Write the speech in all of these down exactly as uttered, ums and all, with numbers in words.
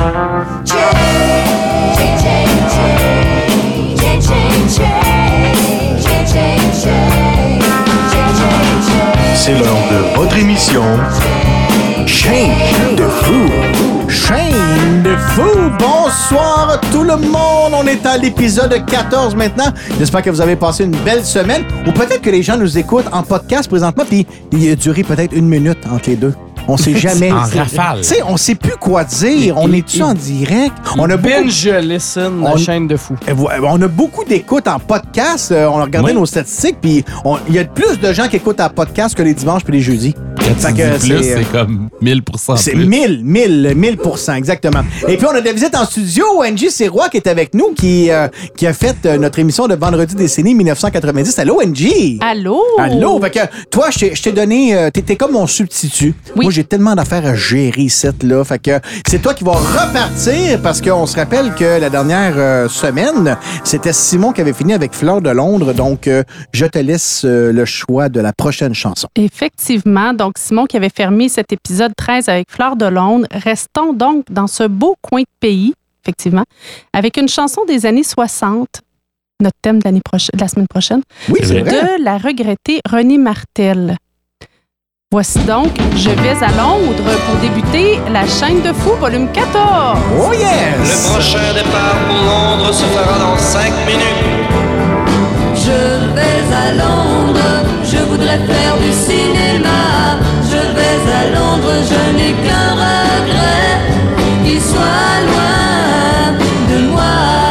C'est l'heure de votre émission Chaîne de Fou. Chaîne de Fou. Bonsoir tout le monde. On est à l'épisode quatorze maintenant. J'espère que vous avez passé une belle semaine. Ou peut-être que les gens nous écoutent en podcast présentement, puis il a duré peut-être une minute entre les deux. On sait jamais. En rafale. Tu sais, on sait plus quoi dire. On est-tu en direct? On a beaucoup... Binge listen, la on... chaîne de fou. On a beaucoup d'écoutes en podcast. On a regardé oui. nos statistiques, puis il y a plus de gens qui écoutent en podcast que les dimanches puis les jeudis. Quand tu dis plus, c'est, c'est comme mille pour cent C'est plus. mille, mille, mille pour cent, exactement. Et puis, on a de la visite en studio. Angie Sirois qui est avec nous, qui, euh, qui a fait euh, notre émission de Vendredi décennie dix-neuf cent quatre-vingt-dix. Allô, Angie? Allô? Allô? Fait que toi, je t'ai, je t'ai donné... Euh, t'es, t'es comme mon substitut. Oui. Moi, j'ai tellement d'affaires à gérer cette là. Fait que c'est toi qui vas repartir parce qu'on se rappelle que la dernière euh, semaine, c'était Simon qui avait fini avec Fleur de Londres. Donc, euh, je te laisse euh, le choix de la prochaine chanson. Effectivement. Donc, Simon qui avait fermé cet épisode treize avec Fleur de Londres. Restons donc dans ce beau coin de pays, effectivement, avec une chanson des années soixante, notre thème de, l'année proche- de la semaine prochaine, Oui, c'est vrai. de la regrettée Renée Martel. Voici donc Je vais à Londres pour débuter la chaîne de fou, volume quatorze. Oh yes! Le prochain départ pour Londres se fera dans cinq minutes. Je vais à Londres, je voudrais faire du cinéma. Je vais à Londres, je n'ai qu'un regret, qu'il soit loin de moi.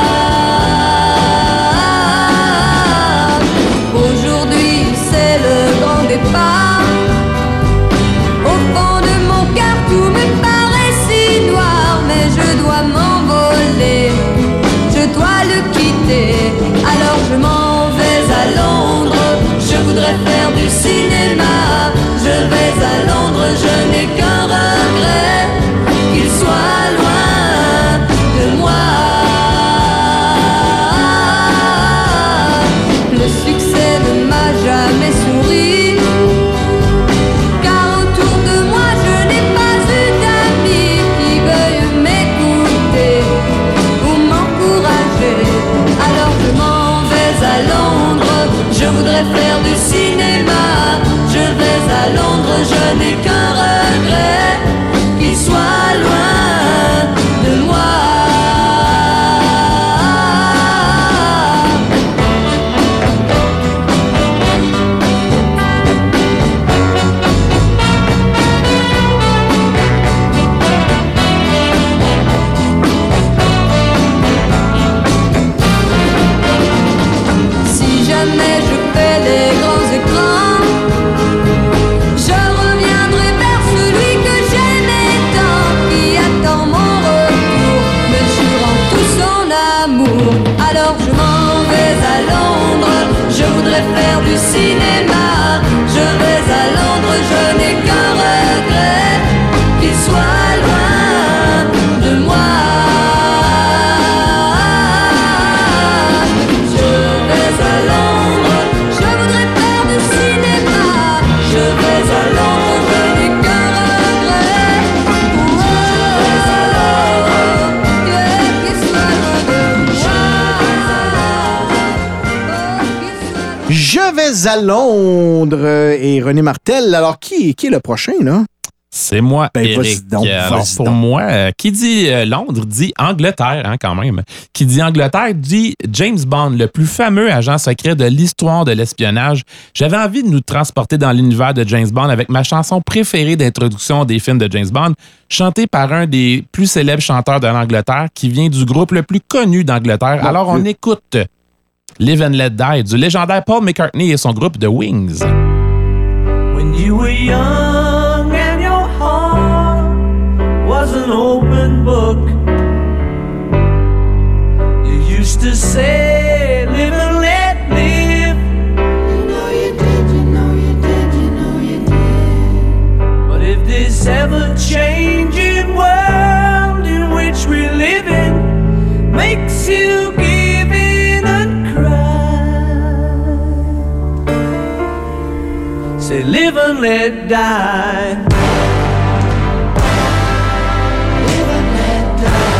Aujourd'hui, c'est le grand départ. Au fond de mon cœur, tout me paraît si noir, mais je dois m'envoler, je dois le quitter. Alors je m'en vais à Londres, je voudrais faire du cinéma. Je vais à Londres, je n'ai qu'un regret, qu'il soit loin de moi. Le succès ne m'a jamais souri, car autour de moi je n'ai pas eu d'amis qui veuillent m'écouter ou m'encourager. Alors je m'en vais à Londres, je voudrais faire du cinéma. Je vais à Londres, je n'ai qu'un regret, qu'il soit loin de moi. Si jamais je fais les grands écrans, je reviendrai vers celui que j'aimais tant, qui attend mon retour, me jurant tout son amour. Alors je m'en vais à Londres, je voudrais faire du cinéma. Je vais à Londres, je n'ai qu'un regret, qu'il soit loin de moi. Je vais à Londres, je voudrais faire du cinéma. Je vais à Londres, je n'ai qu'un regret. Oh, yeah, qu'il soit loin de moi. Je vais à Londres et René Martel. Alors, qui, qui est le prochain, là? C'est moi, Ben, vas-y Éric. donc, Alors, vas-y pour donc. moi, euh, qui dit euh, Londres dit Angleterre, hein, quand même. Qui dit Angleterre dit James Bond, le plus fameux agent secret de l'histoire de l'espionnage. J'avais envie de nous transporter dans l'univers de James Bond avec ma chanson préférée d'introduction des films de James Bond, chantée par un des plus célèbres chanteurs de l'Angleterre, qui vient du groupe le plus connu d'Angleterre. Bon, Alors, on oui. écoute Live and Let Die du légendaire Paul McCartney et son groupe The Wings. When you were young and your heart was an open book, you used to say, live and let live. You know you did, you know you did, you know you did. But if this ever-changing world in which we live in makes you give in and cry, say live and let die. Live and let die.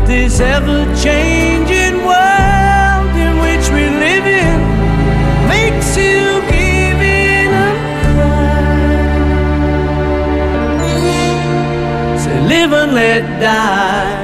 this ever-changing world in which we live in makes you give in and cry. Say, live and let die.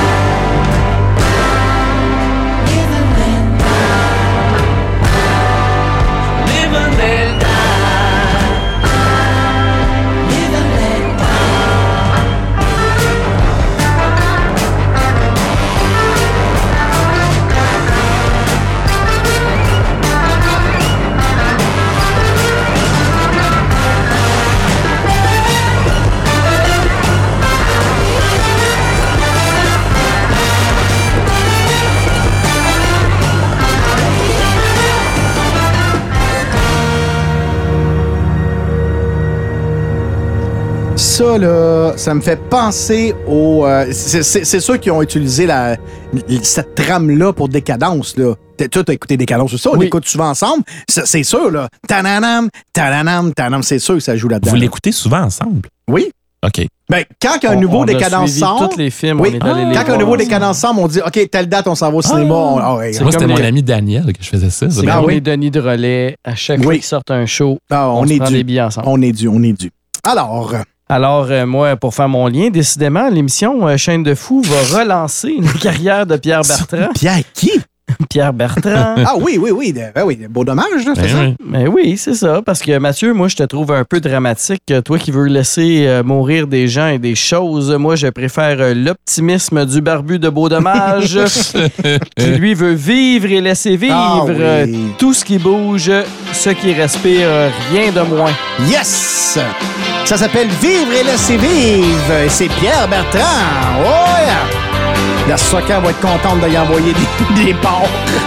Ça, là, ça me fait penser au... Euh, c'est, c'est, c'est ceux qui ont utilisé la, cette trame-là pour Décadence, là. Toi, t'as écouté Décadence ou ça? On Oui. l'écoute souvent ensemble. C'est, c'est sûr, là. Tananam, tananam, tananam. C'est sûr que ça joue là-dedans. Vous là. l'écoutez souvent ensemble? Oui. OK. Ben, quand un On- nouveau on a Décadence suivi sort... tous les films, Oui. on est allé les Quand un voir nouveau ensemble. Décadence sort, on dit, OK, telle date, on s'en va au cinéma. On- ah, ouais, C'est Moi, c'était comme mon les- ami Daniel que je faisais ça. C'est ça. Ah comme oui. les Denis de relais. À chaque fois Oui. qu'ils sortent un show, Ah, on, on se est prend dû. des billets ensemble. On est dû, on est dû. Alors... Alors, euh, moi, pour faire mon lien, décidément, l'émission euh, Chaîne de Fous va relancer une carrière de Pierre Bertrand. Pierre qui? Pierre Bertrand. Ah oui, oui, oui. de- Ben oui, beau dommage, là, c'est Ben ça? oui. Mais oui, c'est ça. Parce que Mathieu, moi, je te trouve un peu dramatique. Euh, Toi qui veux laisser euh, mourir des gens et des choses, moi, je préfère euh, l'optimisme du barbu de Beau Dommage qui, lui, veut vivre et laisser vivre Ah oui. euh, tout ce qui bouge, ce qui respire, euh, rien de moins. Yes! Ça s'appelle Vivre et laisser vivre. Et c'est Pierre Bertrand. Oh yeah! La soccer va être contente de y envoyer des, des porcs.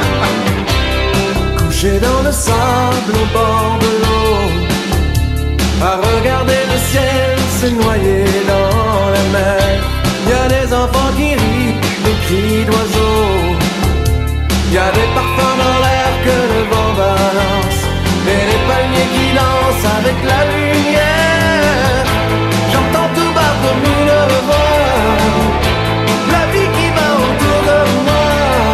Couché dans le sable au bord de l'eau, à regarder le ciel se noyer dans la mer. Il y a des enfants qui rient, des cris d'oiseaux. Il y a des parfums dans l'air que le vent balance, et les palmiers qui dansent avec la lumière. J'entends tout bas comme une voix, la vie qui va autour de moi.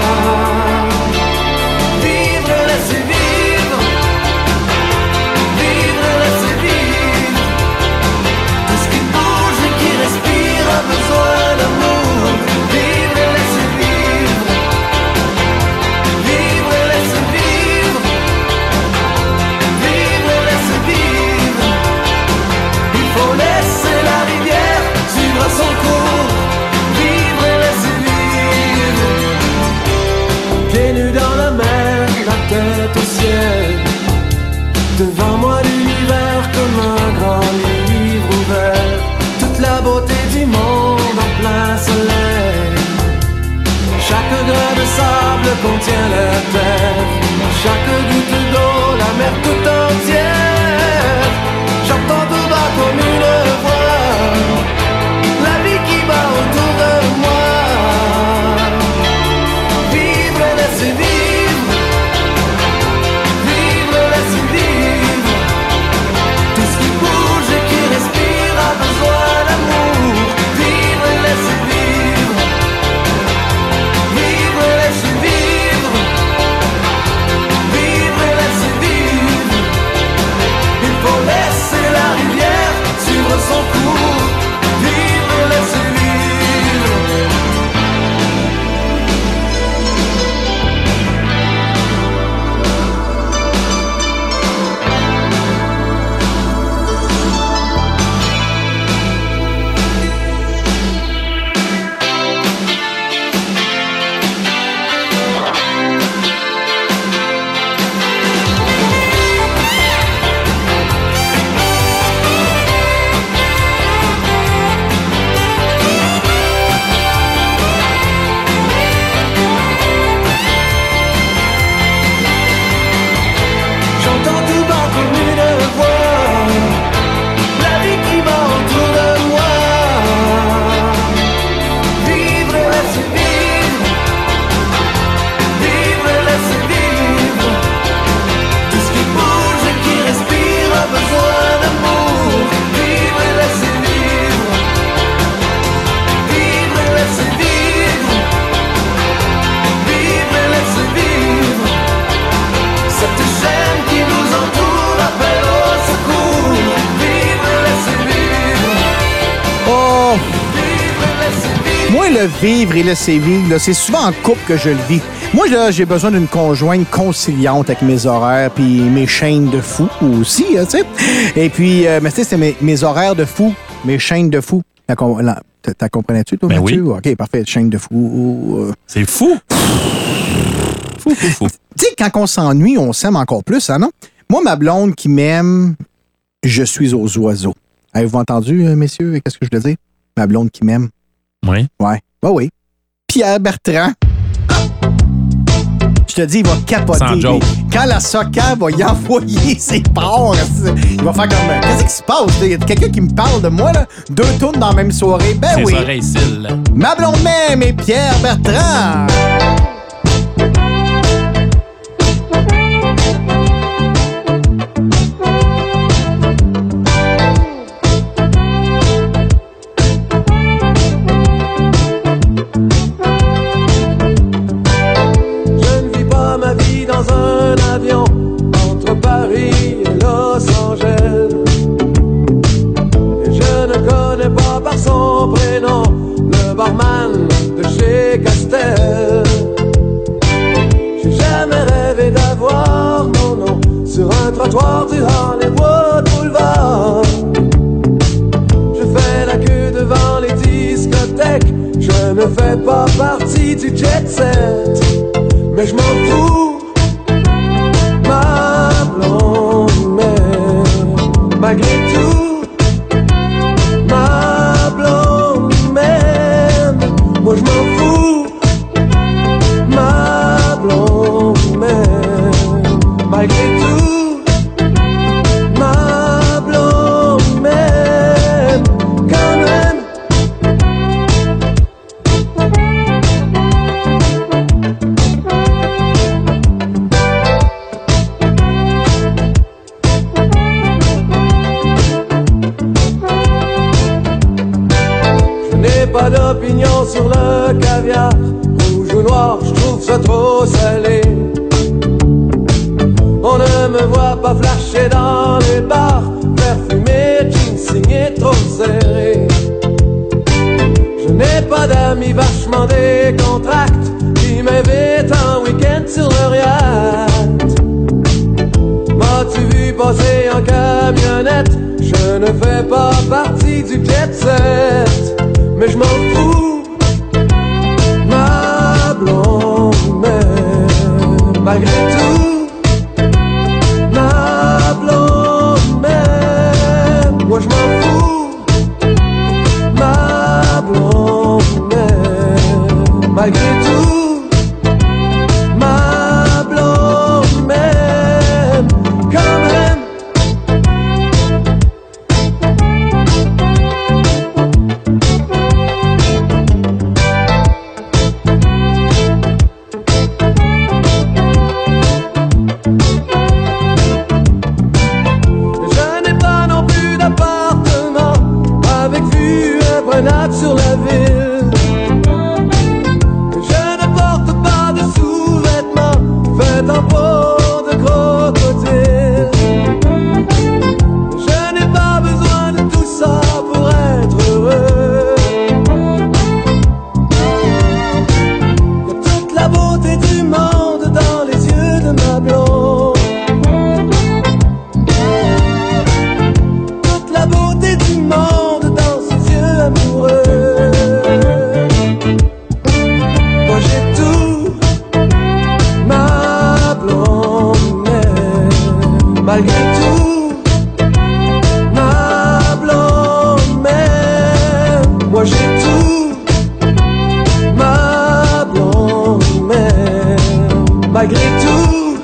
Vivre, laisser vivre, vivre, laisser vivre. Tout ce qui bouge et qui respire a besoin d'amour. Vivre, laisser vivre, vivre, laisser vivre, vivre, laisser vivre. Il faut laisser la rivière suivre son cours. Vivre et laisser vivre. Pieds nus dans la mer, la tête au ciel. Devant moi l'univers comme un grand livre ouvert. Toute la beauté du monde en plein soleil. Chaque grain de sable contient la terre. Chaque goutte d'eau, la mer tout entière. J'entends tout bas comme une voix, la vie qui bat autour de moi. Vivre et laisser vivre, vivre et laisser vivre. Tout ce qui bouge et qui respire a besoin d'amour. Vivre et laisser vivre, vivre et laisser vivre, vivre et laisser vivre. le vivre et laisser vivre, là, c'est souvent en couple que je le vis. Moi, là, j'ai besoin d'une conjointe conciliante avec mes horaires puis mes chaînes de fou aussi, hein, tu sais. Et puis, euh, mais tu sais, c'est mes, mes horaires de fou, mes chaînes de fou. La, la, t'as comprenais-tu, toi, ben Mathieu? Oui. OK, parfait, chaîne de fou. C'est fou! Fou, fou, fou. Tu sais, quand on s'ennuie, on s'aime encore plus, hein, non? Moi, ma blonde qui m'aime, je suis aux oiseaux. Avez-vous entendu, messieurs, qu'est-ce que je veux dire? Ma blonde qui m'aime. Oui. Ouais. Bah oui. Pierre Bertrand. Je te dis, il va capoter. Sans joke. Quand la soccer va y envoyer ses parts, il va faire comme... Qu'est-ce qui se passe? Il y a quelqu'un qui me parle de moi, là. Deux tours dans la même soirée. Ben Ses oui. oreilles cils. Ma blonde m'aime et Pierre Bertrand. Dans un avion entre Paris et Los Angeles. Et je ne connais pas par son prénom le barman de chez Castel. J'ai jamais rêvé d'avoir mon nom sur un trottoir du Hollywood Boulevard. Je fais la queue devant les discothèques. Je ne fais pas partie du jet set, mais je m'en fous. Ma blonde m'aime, malgré tout. Ma blonde m'aime, moi je m'en fous. Ma blonde m'aime, malgré tout. Ma blonde m'aime, quand même. Pas d'opinion sur le caviar, rouge ou noir, je trouve ça trop salé. On ne me voit pas flasher dans les bars, parfumé, jeans signé trop serré. Je n'ai pas d'amis vachement décontracts qui m'invitent en week-end sur leur yacht. M'as-tu vu passer en camionnette? Je ne fais pas partie du jet set, mais je m'en fous. Ma blonde m'aime, malgré tout. Ma blonde m'aime, moi je m'en fous. Ma blonde m'aime, malgré tout. Ma blonde m'aime, quand même. Sur la ville, je ne porte pas de sous-vêtements faits en peau de crocodile. Je n'ai pas besoin de tout ça pour être heureux. Il y a toute la beauté du monde dans les yeux de ma blonde. Toute la beauté du monde dans ses yeux amoureux. Malgré tout, ma blonde m'aime, moi j'ai tout. Ma blonde m'aime, malgré tout.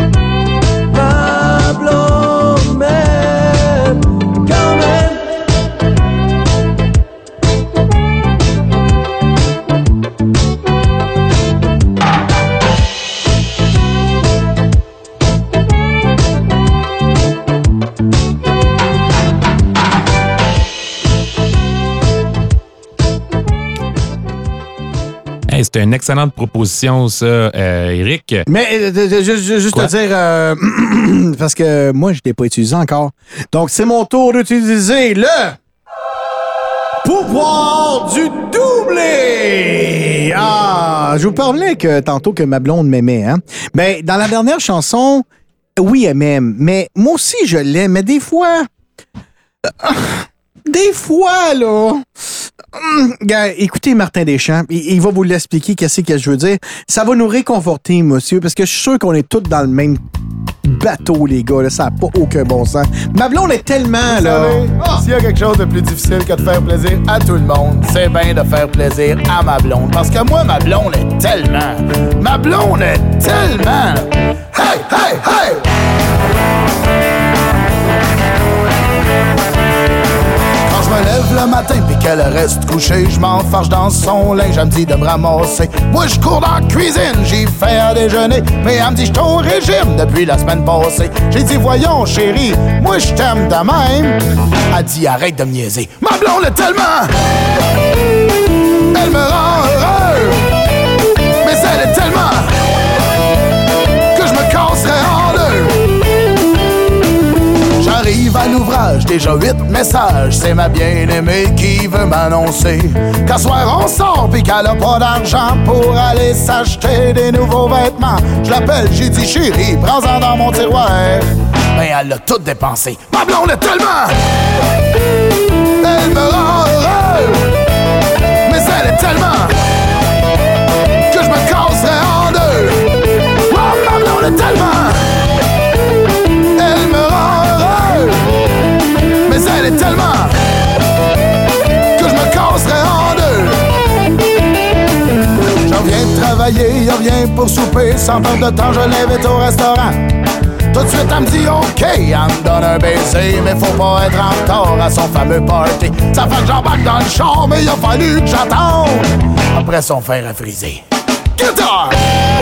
Ma blonde m'aime, quand même. Hey, c'est une excellente proposition, ça, euh, Éric. Mais euh, euh, juste, juste Quoi? te dire, euh, parce que moi, je ne l'ai pas utilisé encore. Donc, c'est mon tour d'utiliser le... Pouvoir du doublé! Ah, je vous parlais que tantôt que ma blonde m'aimait, hein? Ben, dans la dernière chanson, oui, elle m'aime, mais moi aussi, je l'aime, mais des fois... Des fois, là... Hum, gars, écoutez Martin Deschamps, il, il va vous l'expliquer qu'est-ce que je veux dire. Ça va nous réconforter, monsieur, parce que je suis sûr qu'on est tous dans le même bateau, les gars. Là, ça n'a pas aucun bon sens. Ma blonde est tellement, Vous là... savez, s'il y a quelque chose de plus difficile que de faire plaisir à tout le monde, c'est bien de faire plaisir à ma blonde. Parce que moi, ma blonde est tellement... Ma blonde est tellement... Hey, hey, hey! Quand je me lève le matin pis qu'elle reste couchée, je m'enfarge dans son linge, elle me dit de me ramasser. Moi je cours dans la cuisine, j'y fais à déjeuner, mais elle me dit j'suis au régime depuis la semaine passée. J'ai dit voyons chérie, moi je t'aime de même. Elle dit arrête de me niaiser. Ma blonde est tellement... Elle me rend heureux, mais elle est tellement... que je me casserais en deux. J'arrive à l'ouvrage, déjà huit messages. C'est ma bien-aimée qui veut m'annoncer qu'à soir on sort pis qu'elle a pas d'argent pour aller s'acheter des nouveaux vêtements. Je l'appelle, j'ai dit chérie, prends-en dans mon tiroir. Ben elle l'a tout dépensé. Ma blonde est tellement... Elle me rend heureux, mais elle est tellement... que je me casserais en deux. Oh, ma blonde est tellement... Elle me rend heureux, mais elle est tellement... que je me casserais en deux. J'en viens de travailler, il revient pour souper. Sans perdre de temps, je l'invite au restaurant. Tout de suite, elle me dit OK, elle me donne un baiser, mais faut pas être en retard à son fameux party. Ça fait que j'embarque dans le char, mais il a fallu que j'attende après son fer à friser. Guitare!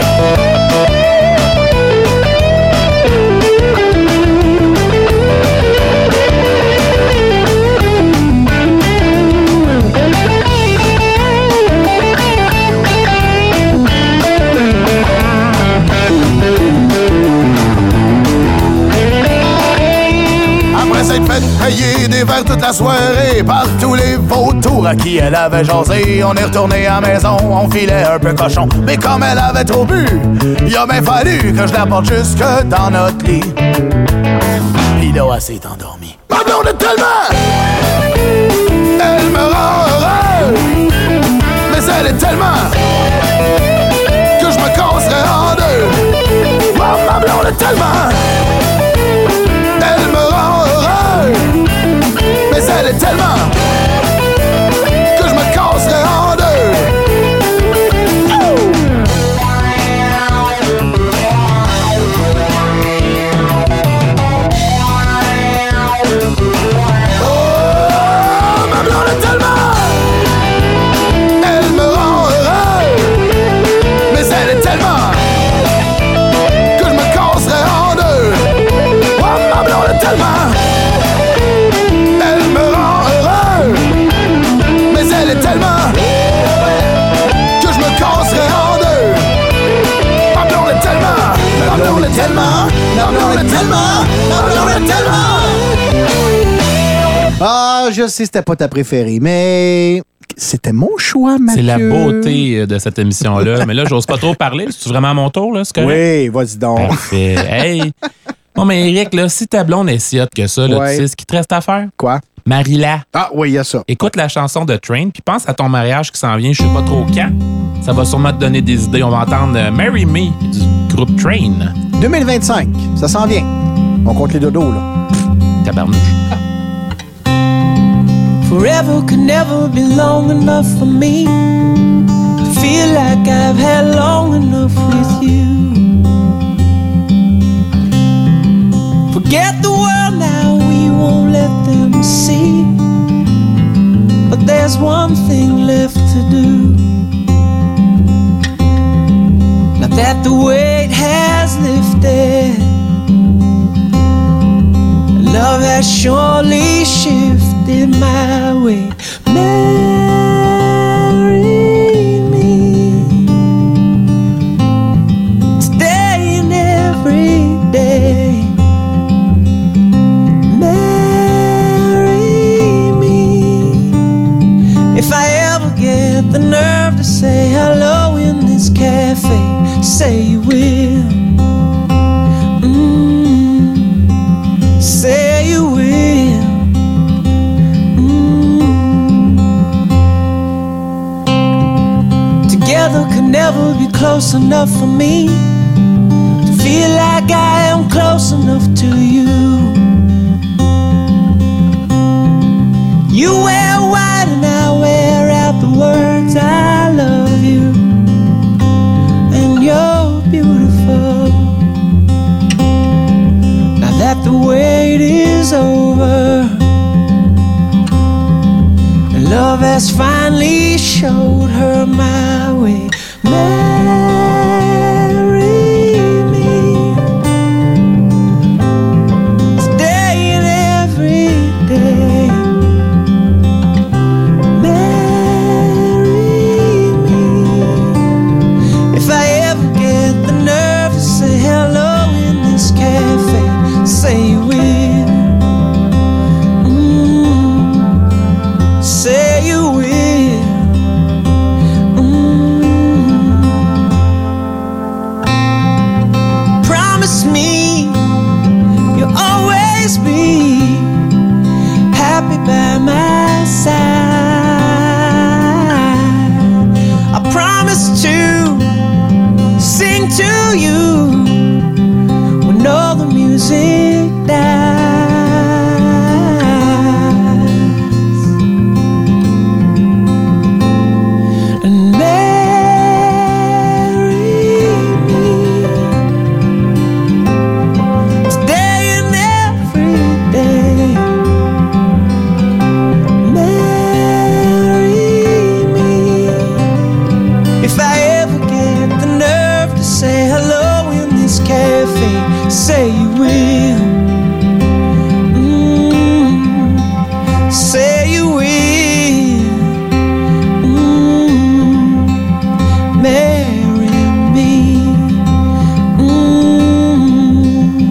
Après s'être fait payer des verres toute la soirée par tous les vautours à qui elle avait jasé, on est retourné à la maison, on filait un peu cochon. Mais comme elle avait trop bu, il a bien fallu que je la porte jusque dans notre lit. Pis là, elle s'est endormie. Ma blonde est tellement... Elle me rend heureux, mais elle est tellement... que je me casserais en deux. Oh, ma blonde est tellement... Elle me rend heureux, mais elle est tellement... que je me casserais en deux. Oh! Oh, ma blonde est tellement... Elle me rend heureux, mais elle est tellement... que je me casserais en deux. Oh, ma blonde est tellement... Elle me rend heureux, mais elle est tellement... que je me casserais en deux. Ma blonde est tellement... Ma blonde est tellement... Ma blonde est tellement... Ma blonde est tellement... Ah, je sais, c'était pas ta préférée, mais c'était mon choix, Mathieu. C'est la beauté de cette émission-là. Mais là, j'ose pas trop parler. C'est vraiment à mon tour, là? C'est correct? Oui, vas-y donc. Parfait. Hey! Bon, mais Eric, là, si ta blonde est si hot que ça, là, Ouais. tu sais ce qu'il te reste à faire? Quoi? Marie-la. Ah oui, il y a ça. Écoute la chanson de Train, puis pense à ton mariage qui s'en vient, je sais pas trop quand. Ça va sûrement te donner des idées. On va entendre euh, Marry Me du groupe Train. deux mille vingt-cinq, ça s'en vient. On compte les dodos, là. Tabarnouche. Forever could never be long enough for me to feel like I've had long enough with you. Forget the world now, we won't let them see. But there's one thing left to do. Now that the weight has lifted, love has surely shifted my way. Marry me today and every day. Marry me say you will. Mm, say you will. Mm. Together could never be close enough for me to feel like I am close enough to you. You wear white and I wear out the words I love you. And you're beautiful. Now that the wait is over, and love has finally showed her my way. Marry me today and every day. Say you will. Mm, say you will. Mm. Promise me you'll always be happy by my side. I promise to sing to you when all the music dies. And marry me today and every day. Marry me if I ever get the nerve to say hello in this cafe. Say you will. Mm, say you will. Mm, marry me. Mm.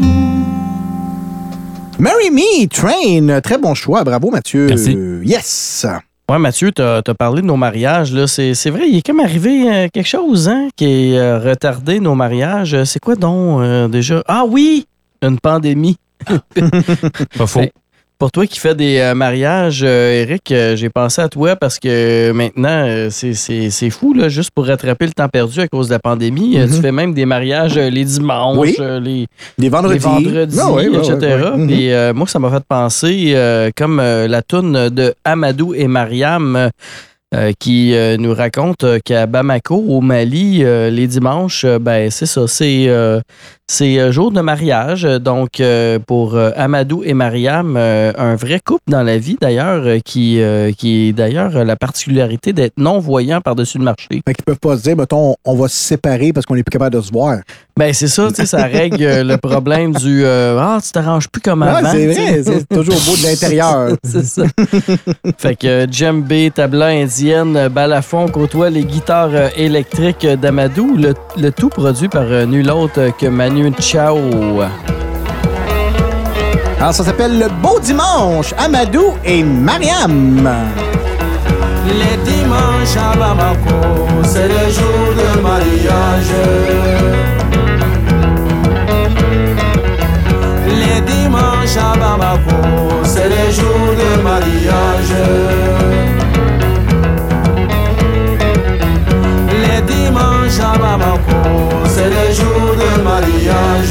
Marry Me, Train. Très bon choix. Bravo, Mathieu. Merci. Yes. Ouais, Mathieu, t'as as parlé de nos mariages. Là. C'est, c'est vrai, il est comme arrivé euh, quelque chose hein, qui est euh, retardé, nos mariages. C'est quoi donc euh, déjà? Ah oui! Une pandémie. Pas faux. Ben, pour toi qui fais des euh, mariages, euh, Eric, euh, j'ai pensé à toi parce que maintenant, euh, c'est, c'est, c'est fou, là, juste pour rattraper le temps perdu à cause de la pandémie. Euh, Mm-hmm. Tu fais même des mariages euh, les dimanches, Oui. euh, les, Des vendredis. les vendredis, Ah ouais, ouais, et cetera. ouais, ouais. Puis euh, moi, ça m'a fait penser, euh, comme euh, la toune de Amadou et Mariam, euh, euh, qui euh, nous raconte euh, qu'à Bamako, au Mali, euh, les dimanches, euh, ben c'est ça, c'est euh, c'est euh, jour de mariage. Donc euh, pour euh, Amadou et Mariam, euh, un vrai couple dans la vie d'ailleurs, euh, qui euh, qui est d'ailleurs euh, la particularité d'être non voyant par-dessus le marché. Fait qu'ils peuvent pas se dire, mettons, on va se séparer parce qu'on n'est plus capable de se voir. Ben c'est ça, tu sais, ça règle euh, le problème du euh, ah tu t'arranges plus comme Ah, avant. c'est tu sais. vrai, c'est toujours beau de l'intérieur. C'est ça. Fait que euh, djembé, tabla indienne, balafon côtoie les guitares euh, électriques d'Amadou, le, le tout produit par euh, nul autre que Manu Chao. Alors, ça s'appelle Le Beau Dimanche, Amadou et Mariam. Les dimanches à Bamako, c'est le jour de mariage. Les dimanches à Bamako, c'est le jour de mariage. Les dimanches à Bamako, c'est le jour de mariage.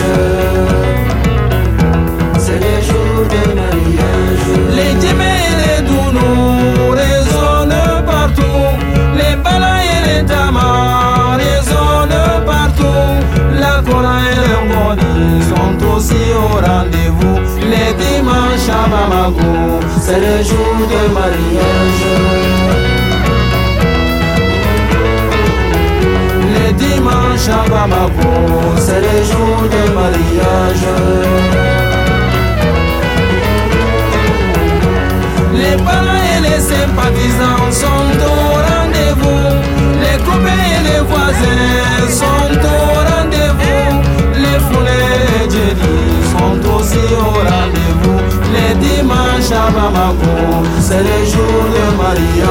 C'est le jour de mariage. Les djemés et les dounous résonnent partout. Les balas et les tamas résonnent partout. La Kora et le Ngoni sont aussi au rendez-vous. Les dimanches à Bamako, c'est le jour de mariage. Les dimanches à Bamako, c'est le jour de mariage. Les parents et les sympathisants sont au rendez-vous. Les copains et les voisins sont au rendez-vous. Les foulées et les djélis sont aussi au rendez-vous. Les dimanches à Bamako, c'est le jour de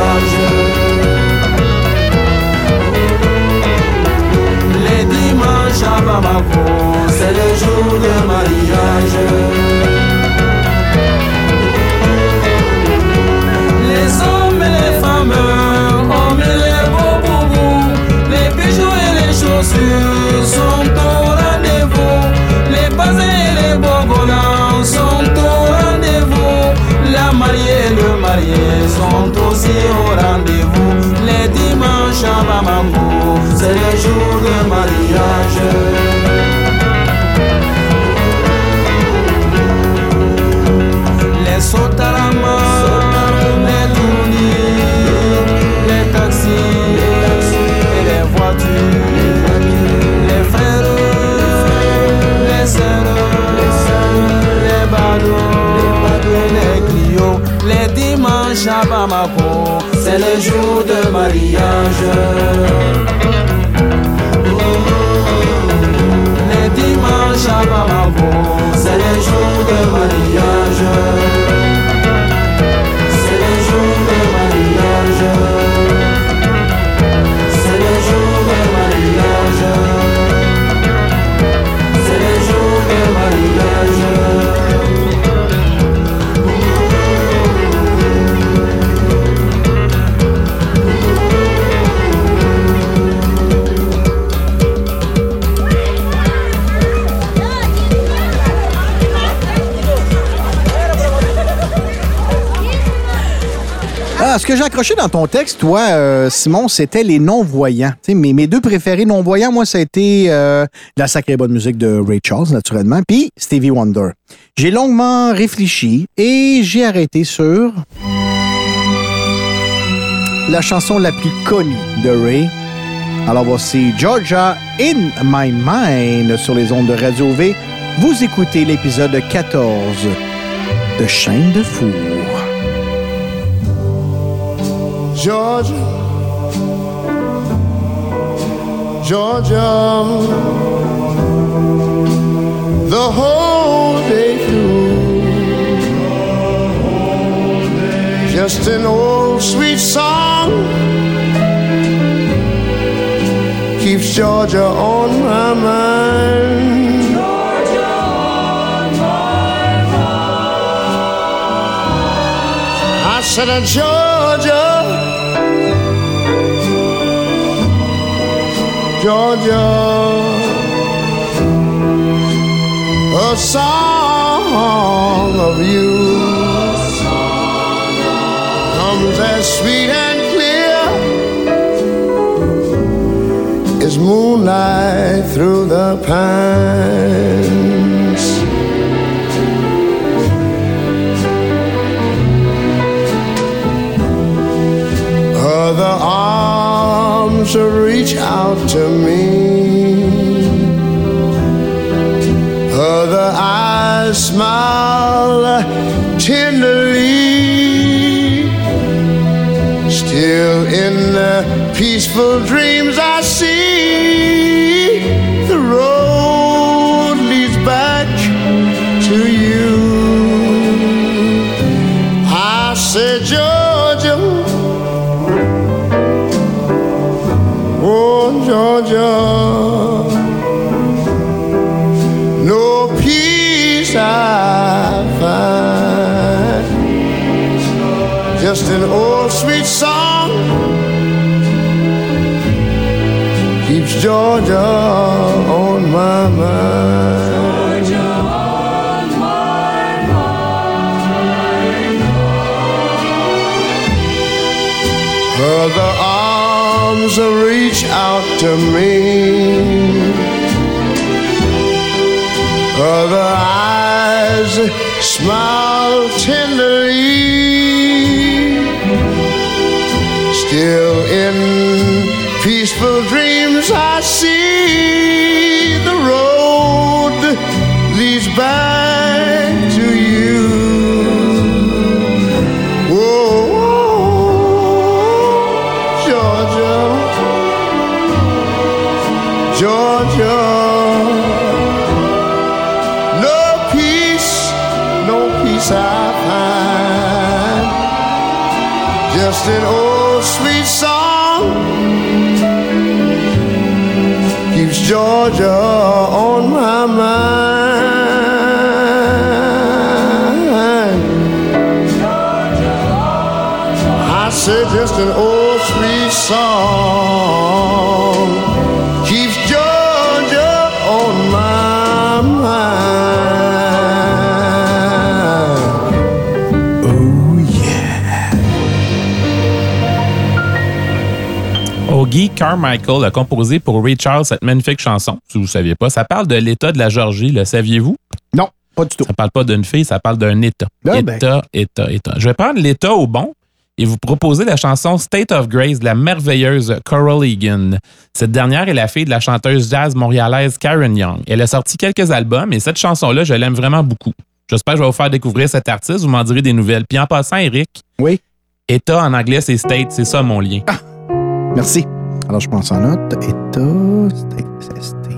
mariage. Les dimanches dimanche à Bamako, c'est le jour de mariage. Les sautes à la main, les tourniers, les taxis et les voitures, les frères, les sœurs, les badauds, les clients, les dimanches à Bamako, c'est le jour de mariage. Les dimanches à Bamako, c'est le jour de mariage. C'est le jour de mariage. C'est le jour de mariage. C'est le jour de mariage. Ah, ce que j'ai accroché dans ton texte, toi, euh, Simon, c'était les non-voyants. Tu sais, mes, mes deux préférés non-voyants, moi, ça a été euh, la sacrée bonne musique de Ray Charles, naturellement, puis Stevie Wonder. J'ai longuement réfléchi et j'ai arrêté sur la chanson la plus connue de Ray. Alors voici Georgia in My Mind sur les ondes de Radio V. Vous écoutez l'épisode quatorze de Chaîne de Four. Georgia, Georgia, the whole day through, just an old sweet song keeps Georgia on my mind. Georgia on my mind. I said, uh, Georgia, Georgia, a song of you comes as sweet and clear as moonlight through the pines. Other arms reach out to me, other eyes smile tenderly. Still in the peaceful dreams I see, the road leads back to you. I said, Georgia, oh, Georgia, no peace I find, just an old sweet song keeps Georgia on my mind. Georgia on my mind. Other arms reach out to me, other eyes smile tenderly. Still in peaceful dreams I see, the road leads back to you. Georgia, no peace, no peace I find, just an old sweet song keeps Georgia on my mind. I said just an old sweet song keeps Georgia on my mind. Oh yeah. Ogie Carmichael a composé pour Ray Charles cette magnifique chanson. Si vous ne saviez pas, ça parle de l'État de la Géorgie, le saviez-vous? Non, pas du tout. Ça parle pas d'une fille, ça parle d'un État. Ah, État, ben. État, État. Je vais prendre l'État au bon et vous proposer la chanson State of Grace de la merveilleuse Coral Egan. Cette dernière est la fille de la chanteuse jazz montréalaise Karen Young. Elle a sorti quelques albums et cette chanson-là, je l'aime vraiment beaucoup. J'espère que je vais vous faire découvrir cet artiste, vous m'en direz des nouvelles. Puis en passant, Eric, oui. État en anglais, c'est State, c'est ça mon lien. Ah, merci. Alors, je pense en note. État, State, c'est State.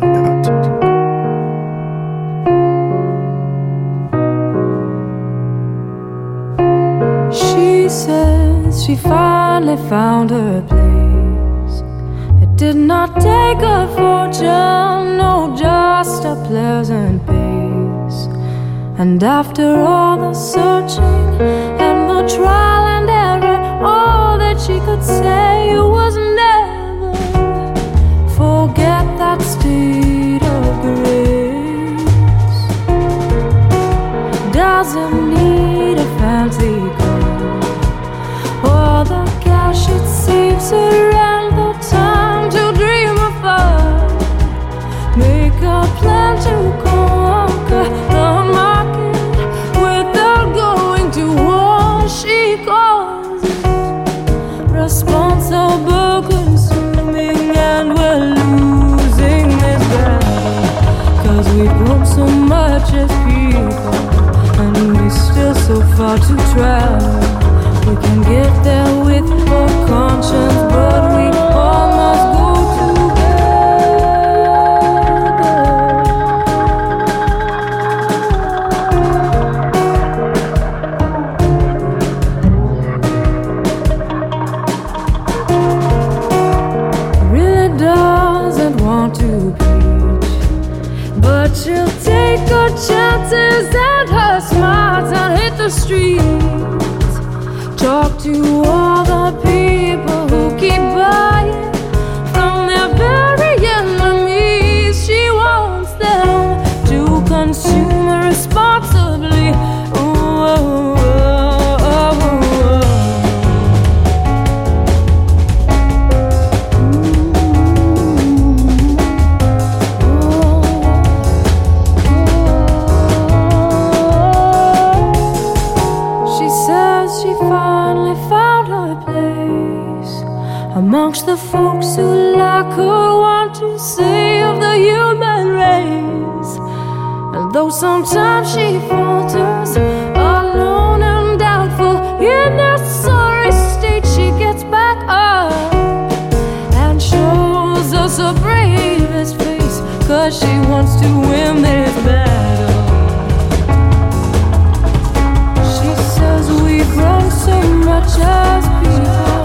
She says she finally found her place. It did not take a fortune, no, just a pleasant pace. And after all the searching and the trial and error, all that she could say was never forget that state of grace. Doesn't need a fancy or the cash it saves her and the time to dream of fun. Make a plan to conquer the market without going to war. She calls it responsible consuming, and we're losing this battle, 'cause we've grown so much as people and we're still so far to travel. We can get there with a conscience, but we all must go together. Really doesn't want to preach, but she'll take her chances and her smarts and hit the street. Talk to all the people who keep buying from their very enemies. She wants them to consume responsibly. Ooh, ooh, ooh, ooh. She says she finally found her place amongst the folks who like her want to save the human race. And though sometimes she falters, alone and doubtful, in a sorry state, she gets back up and shows us her bravest face, 'cause she wants to win this battle. She says we've grown so much as people,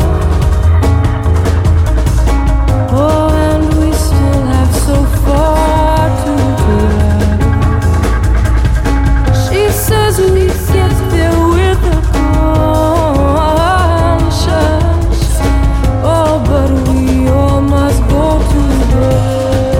oh, and we still have so far to travel. She says we get there with a conscience, oh, but we all must go together.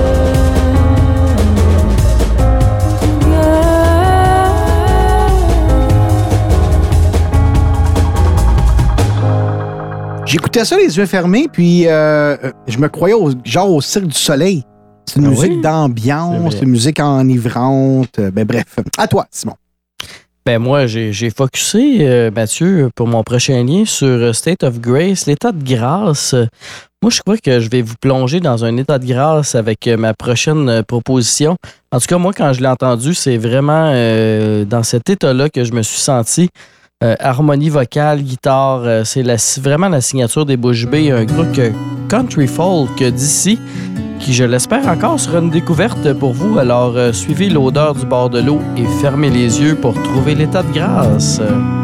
J'écoutais ça les yeux fermés, puis euh, je me croyais au, genre au Cirque du Soleil. C'est une Ah musique oui? d'ambiance, c'est une musique enivrante. Ben bref, à toi, Simon. Ben moi, j'ai, j'ai focusé, euh, Mathieu, pour mon prochain lien sur State of Grace, l'état de grâce. Moi, je crois que je vais vous plonger dans un état de grâce avec euh, ma prochaine euh, proposition. En tout cas, moi, quand je l'ai entendu, c'est vraiment euh, dans cet état-là que je me suis senti. Euh, harmonie vocale, guitare, euh, c'est la, vraiment la signature des Bouches Bées, un groupe euh, country folk d'ici, qui, je l'espère encore, sera une découverte pour vous. Alors, euh, suivez l'odeur du bord de l'eau et fermez les yeux pour trouver l'état de grâce.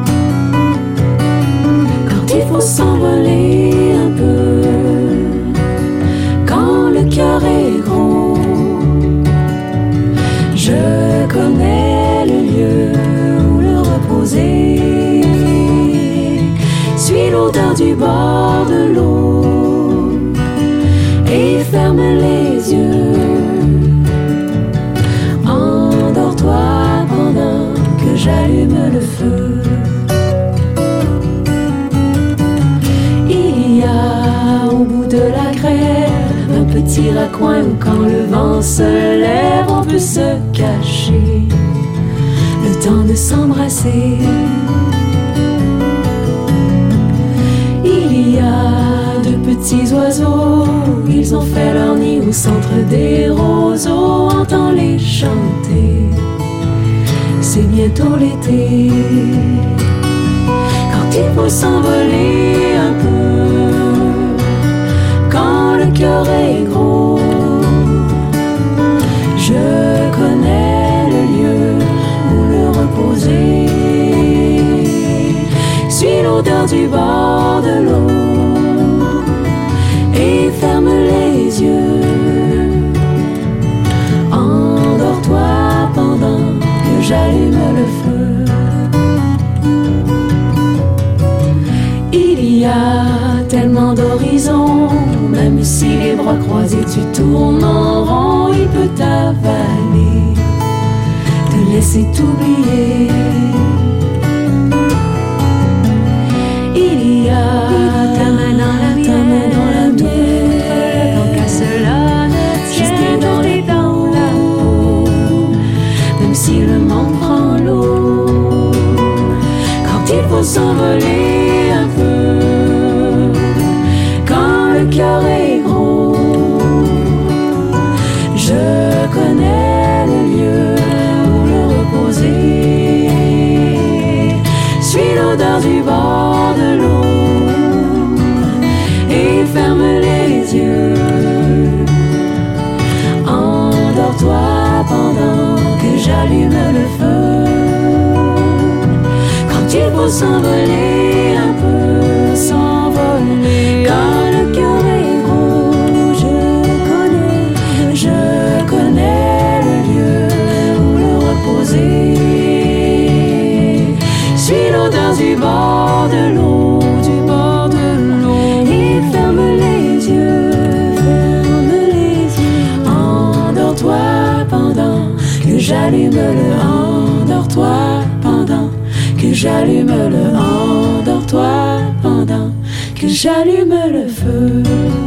Quand il faut s'envoler un peu, quand le cœur est gros, je connais le lieu où le reposer. Suis l'odeur du bord de l'eau et ferme les yeux. Endors-toi pendant que j'allume le feu. Il y a au bout de la grève un petit raccoin où quand le vent se lève, on peut se cacher. Le temps de s'embrasser. Il y a de petits oiseaux, ils ont fait leur nid au centre des roseaux. Entends-les chanter, c'est bientôt l'été. Quand il faut s'envoler un peu, quand le cœur est gros, je connais le lieu où le reposer. Suis l'odeur du bord de l'eau et ferme les yeux. Endors-toi pendant que j'allume le feu. Il y a tellement d'horizons, même si les bras croisés tu tournes en rond, il peut t'avaler, te laisser t'oublier. Il y a ta main dans la mienne, dans la mienne, tant qu'à cela ne tienne dans les dents là-haut, même si le monde prend l'eau. Quand il faut s'envoler un peu, quand le cœur est gros, je connais le lieu où le reposer. Suis l'odeur du bord de l'eau et ferme les yeux. Endors-toi pendant que j'allume le feu. Quand il faut s'envoler un peu, s'envoler. Quand le cœur est gros, je connais, je connais le lieu où le reposer. Suis l'odeur du bord de l'eau, du bord de l'eau, et ferme les yeux, ferme les yeux. Endors-toi pendant que j'allume le, endors-toi pendant que j'allume le, endors-toi pendant que j'allume le feu.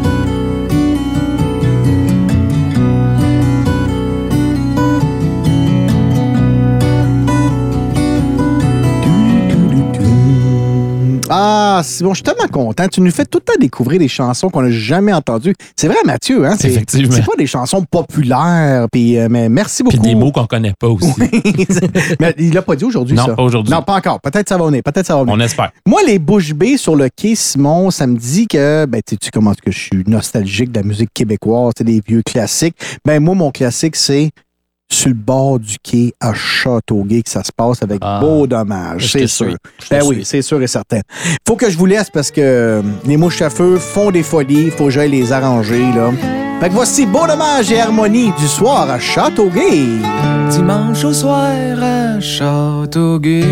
Ah, c'est bon, je suis tellement content. Tu nous fais tout le temps découvrir des chansons qu'on n'a jamais entendues. C'est vrai, Mathieu, hein? C'est, Effectivement. C'est pas des chansons populaires. Puis, euh, mais merci beaucoup. Puis des mots qu'on connaît pas aussi. Oui. Mais il l'a pas dit aujourd'hui, non, ça? pas aujourd'hui. Non, pas encore. Peut-être ça va venir. Peut-être ça va venir. On espère. Moi, les bouches bées sur le quai Simon, ça me dit que, ben, tu sais comment que je suis nostalgique de la musique québécoise, c'est des vieux classiques. Ben, moi, mon classique, c'est sur le bord du quai à Châteauguay que ça se passe avec Ah, beau dommage, je c'est te sûr. suis. Je te Ben suis. oui, c'est sûr et certain. Faut que je vous laisse parce que euh, les mouches à feu font des folies, faut que j'aille les arranger, là. Fait que voici Beau dommage et harmonie du soir à Châteauguay. Dimanche au soir à Châteauguay,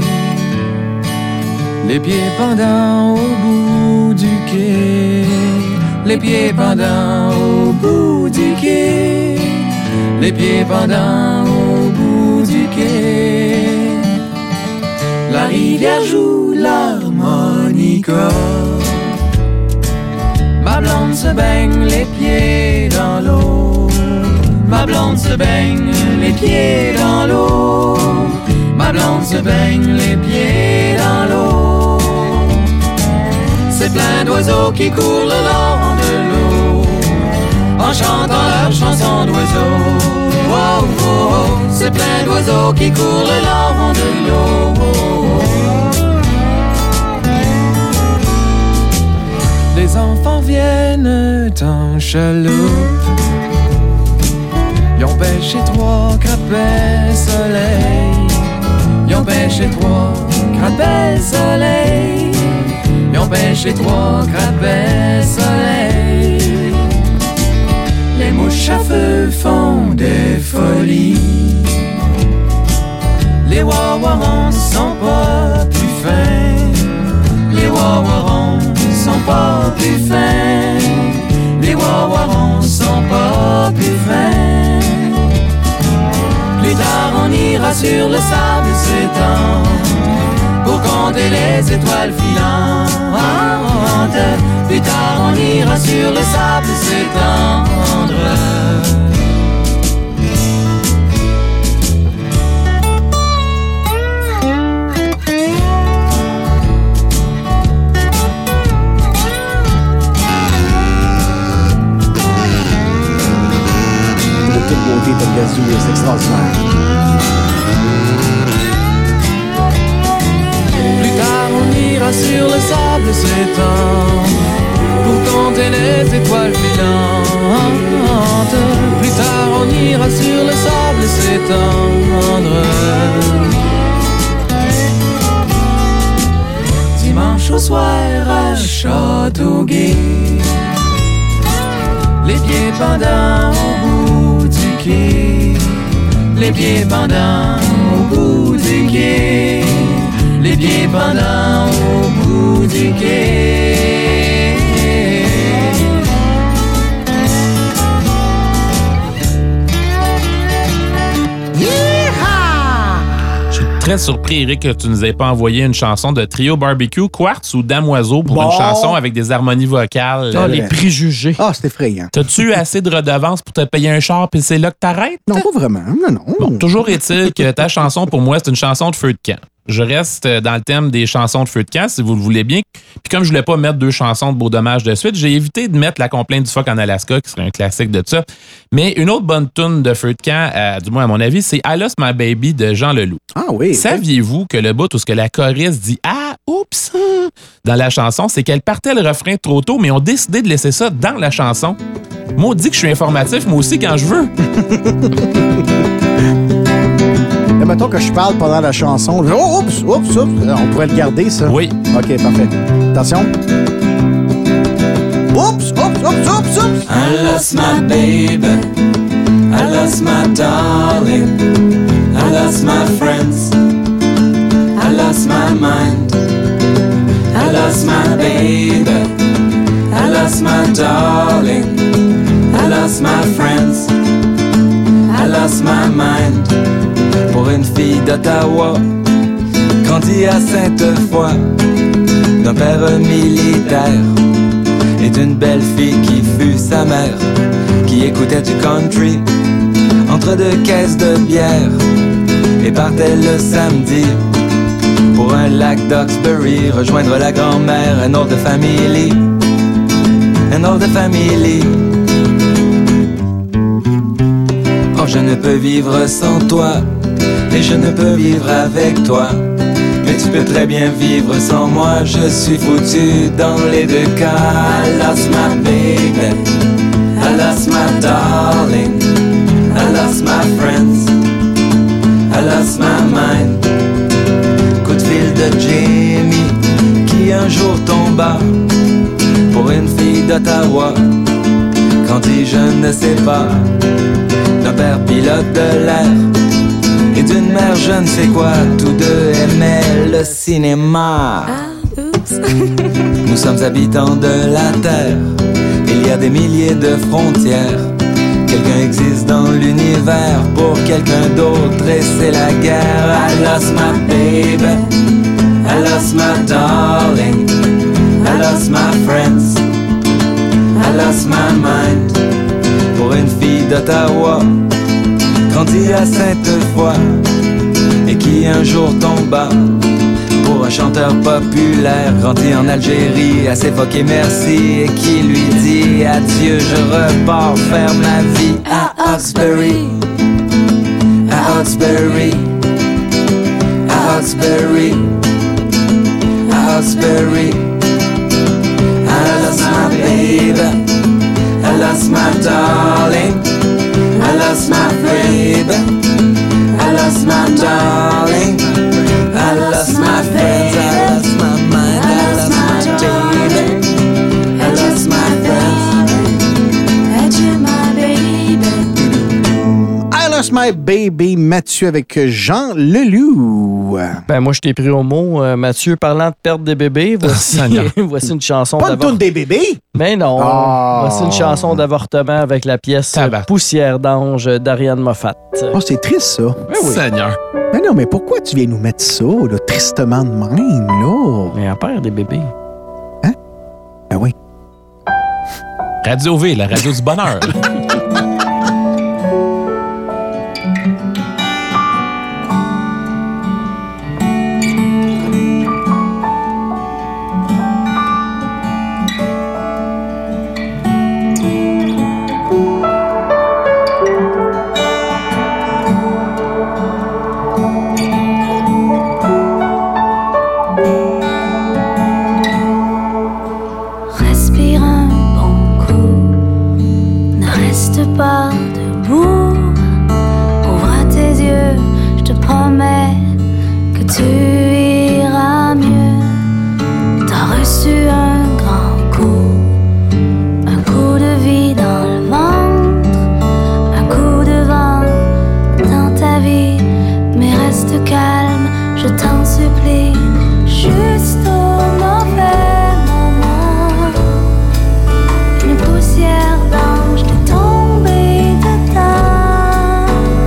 les pieds pendants au bout du quai, les pieds pendants au bout du quai, les pieds pendants au bout du quai. La rivière joue l'harmonica, ma blonde se baigne les pieds dans l'eau. Ma blonde se baigne les pieds dans l'eau. Ma blonde se baigne les pieds dans l'eau. C'est plein d'oiseaux qui courent le long de l'eau en chantant leur chanson d'oiseaux. Oh, oh, oh. C'est plein d'oiseaux qui courent le long de l'eau. Les enfants viennent en chaloupe. Ils ont pêché trois crapets soleil. Ils ont pêché trois crapets soleil. Ils ont pêché trois crapets soleil. Les mouches à feu font des folies. Les wawarons sont pas plus fins. Les wawarons sont pas plus fins. Les wawarons sont pas plus fins. Plus tard on ira sur le sable s'étend pour compter les étoiles filantes. Plus tard on ira sur le sable s'étend oui, c'est extraordinaire. Plus tard on ira sur le sable s'étendre pour compter les étoiles filantes. Plus tard on ira sur le sable s'étendre. Dimanche au soir à Châteauguay, les pieds pendants au bout du quai, les pieds pendants au bout du quai, les pieds pendants au bout du quai. Je suis très surpris, Eric, que tu nous aies pas envoyé une chanson de Trio Barbecue, Quartz ou Damoiseau pour Bon. une chanson avec des harmonies vocales. Ah, les préjugés. Ah, c'est effrayant. T'as-tu eu assez de redevances pour te payer un char puis c'est là que t'arrêtes? Non, pas vraiment. Non, non. Bon, toujours est-il que ta chanson, pour moi, c'est une chanson de feu de camp. Je reste dans le thème des chansons de feu de camp, si vous le voulez bien. Puis comme je voulais pas mettre deux chansons de Beau Dommage de suite, j'ai évité de mettre La complainte du phoque en Alaska, qui serait un classique de ça. Mais une autre bonne tune de feu de camp, euh, du moins à mon avis, c'est I Lost My Baby de Jean Leloup. Ah oui. Saviez-vous que le bout où ce que la choriste dit « Ah, oups! » dans la chanson, c'est qu'elle partait le refrain trop tôt, mais ils ont décidé de laisser ça dans la chanson. Moi, on dit que je suis informatif, moi aussi, quand je veux. Là, mettons que je parle pendant la chanson. Je... Oh, oups, oups, oups. On pourrait le garder, ça. Oui. OK, parfait. Attention. Oups, oups, oups, oups, oups. I lost my baby, I lost my darling, I lost my friends, I lost my mind, I lost my baby, I lost my darling, I lost my friends, I lost my mind. Pour une fille d'Ottawa, grandie à Sainte-Foy, d'un père militaire et d'une belle fille qui fut sa mère, qui écoutait du country entre deux caisses de bière et partait le samedi pour un lac d'Oxbury, rejoindre la grand-mère, un old family, un old family. Oh, je ne peux vivre sans toi, et je ne peux vivre avec toi. Mais tu peux très bien vivre sans moi, je suis foutu dans les deux cas. I lost my baby, I lost my darling, I lost my friends, I lost my mind. Coup de fil de Jamie, qui un jour tomba pour une fille d'Ottawa. Quand dit je ne sais pas, d'un père pilote de l'air et d'une mère je ne sais quoi, tous deux aimaient le cinéma. Nous sommes habitants de la Terre, il y a des milliers de frontières. Quelqu'un existe dans l'univers pour quelqu'un d'autre et c'est la guerre. I lost my baby, I lost my darling, I lost my friends, I lost my mind. Pour une fille d'Ottawa, grandie à Sainte-Foy et qui un jour tomba pour un chanteur populaire, grandi en Algérie, assez foqué merci, et qui lui dit adieu, je repars faire ma vie à Hawkesbury, à Hawkesbury, à Hawkesbury, à Hawkesbury. I lost my baby, I lost my darling, I lost my baby, I lost my darling, I lost my friends, I lost my mind, I lost my baby, I lost my friends, Adieu, my baby. I Lost My Baby, Mathieu avec Jean Leloup. Ben, moi, je t'ai pris au mot, euh, Mathieu, parlant de perdre des bébés. Voici, voici une chanson Pas une d'avortement. toune des bébés? Ben non. Oh. Voici une chanson d'avortement avec la pièce Tabac. Poussière d'ange d'Ariane Moffat. Oh, c'est triste, ça. Ben oui. Seigneur. Mais non, mais pourquoi tu viens nous mettre ça, là, tristement de même, là? Mais elle perd des bébés. Ben oui. Radio V, la radio du bonheur. reste pas debout. Ouvre tes yeux, je te promets que tu iras mieux. T'as reçu un grand coup, un coup de vie dans le ventre, un coup de vent dans ta vie. Mais reste calme, je t'en supplie, juste au mauvais moment. Une poussière d'ange t'est tombée dedans.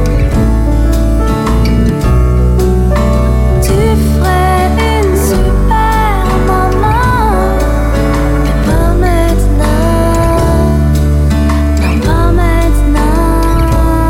Tu ferais une super maman, mais pas maintenant, non pas maintenant.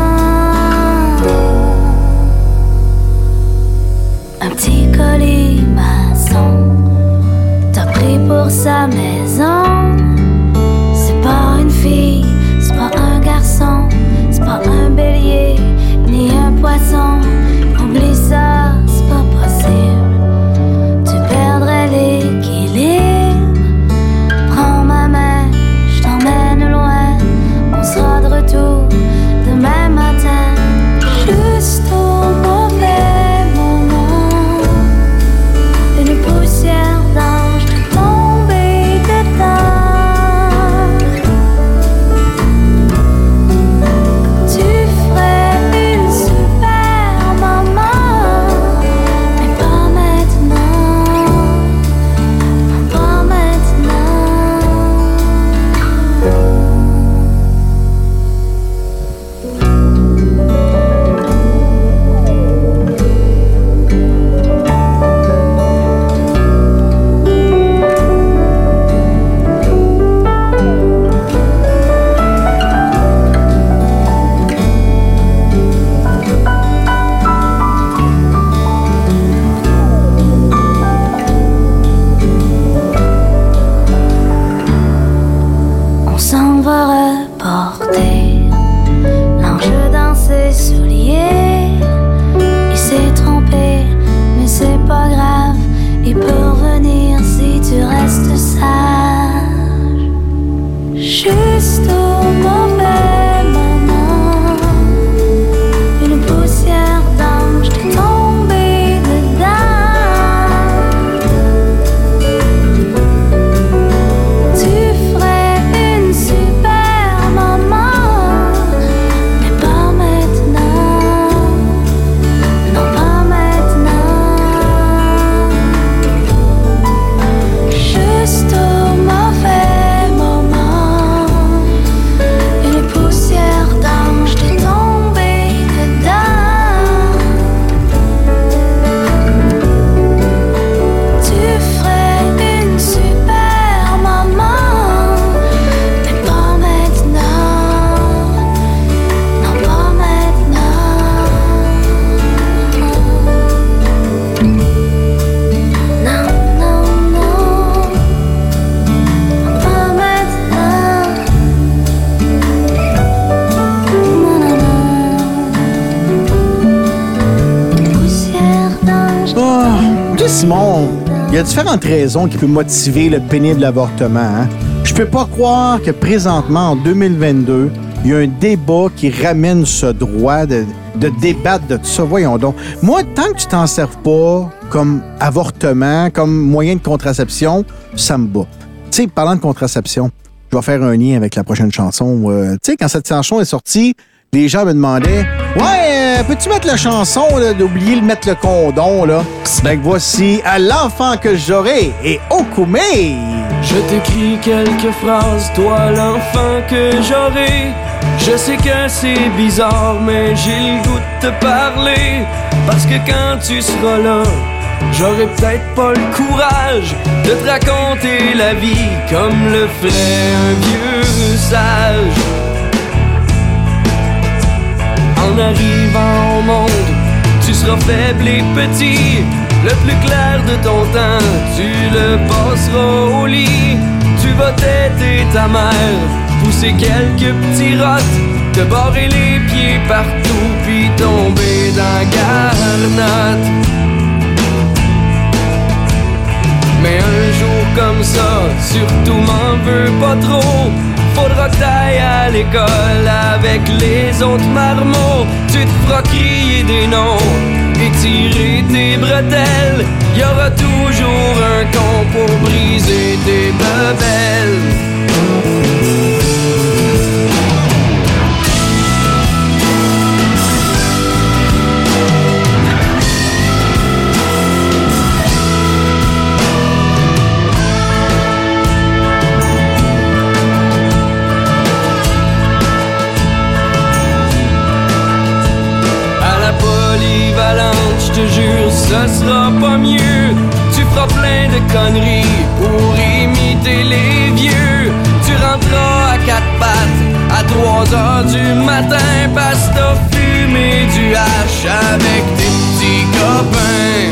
Un petit colis maçon t'as pris pour sa maison. C'est pas une fille, c'est pas un garçon, c'est pas un bélier, ni un poisson. Oublie ça, c'est pas possible. Tu perdrais l'équilibre. Prends ma main, je t'emmène loin. On sera de retour demain matin. Juste au mauvais moment. Une poussière d'ange t'est tombée dedans. Tu ferais une super maman, mais pas maintenant, non pas maintenant. On s'en va reporter l'ange dans ses souliers. Il s'est trompé, mais c'est pas grave. Il peut revenir si tu restes sage. Juste au mauvais moment. Une poussière d'ange t'est tombée dedans. Tu ferais une super maman, mais pas maintenant, non pas maintenant. Juste au mauvais moment. Une poussière d'ange t'est tombée dedans. Tu ferais une super maman, mais pas maintenant, non pas maintenant. Non, non, non, pas maintenant. Non, non, non. Poussière d'ange. Ah, tu sais, Simon, il y a différentes raisons qui peuvent motiver le pénible avortement. Hein? Je peux pas croire que présentement, en deux mille vingt-deux, il y a un débat qui ramène ce droit de, de débattre de tout ça. Voyons donc. Moi, tant que tu t'en serves pas comme avortement, comme moyen de contraception, ça me bat. Tu sais, parlant de contraception, je vais faire un lien avec la prochaine chanson. Euh, tu sais, quand cette chanson est sortie, les gens me demandaient « Ouais, euh, peux-tu mettre la chanson, là, d'oublier de mettre le condom, là? » Ben voici « À l'enfant que j'aurai » et « Okume ». Je t'écris quelques phrases, toi l'enfant que j'aurai. Je sais que c'est bizarre, mais j'ai le goût de te parler. Parce que quand tu seras là, j'aurai peut-être pas le courage de te raconter la vie comme le ferait un vieux sage. En arrivant au monde, tu seras faible et petit. Le plus clair de ton temps, tu le passeras au lit. Tu vas t'aider ta mère, pousser quelques petits rottes, te barrer les pieds partout, puis tomber dans la garnotte. Mais un jour comme ça, surtout m'en veux pas trop. Faudra que t'ailles à l'école avec les autres marmots. Tu te feras crier des noms et tirer tes bretelles. Y'aura toujours un con pour briser tes bebelles. Je te jure, ce sera pas mieux. Tu feras plein de conneries pour imiter les vieux. Tu rentreras à quatre pattes à trois heures du matin parce que t'as fumé du hache avec tes petits copains.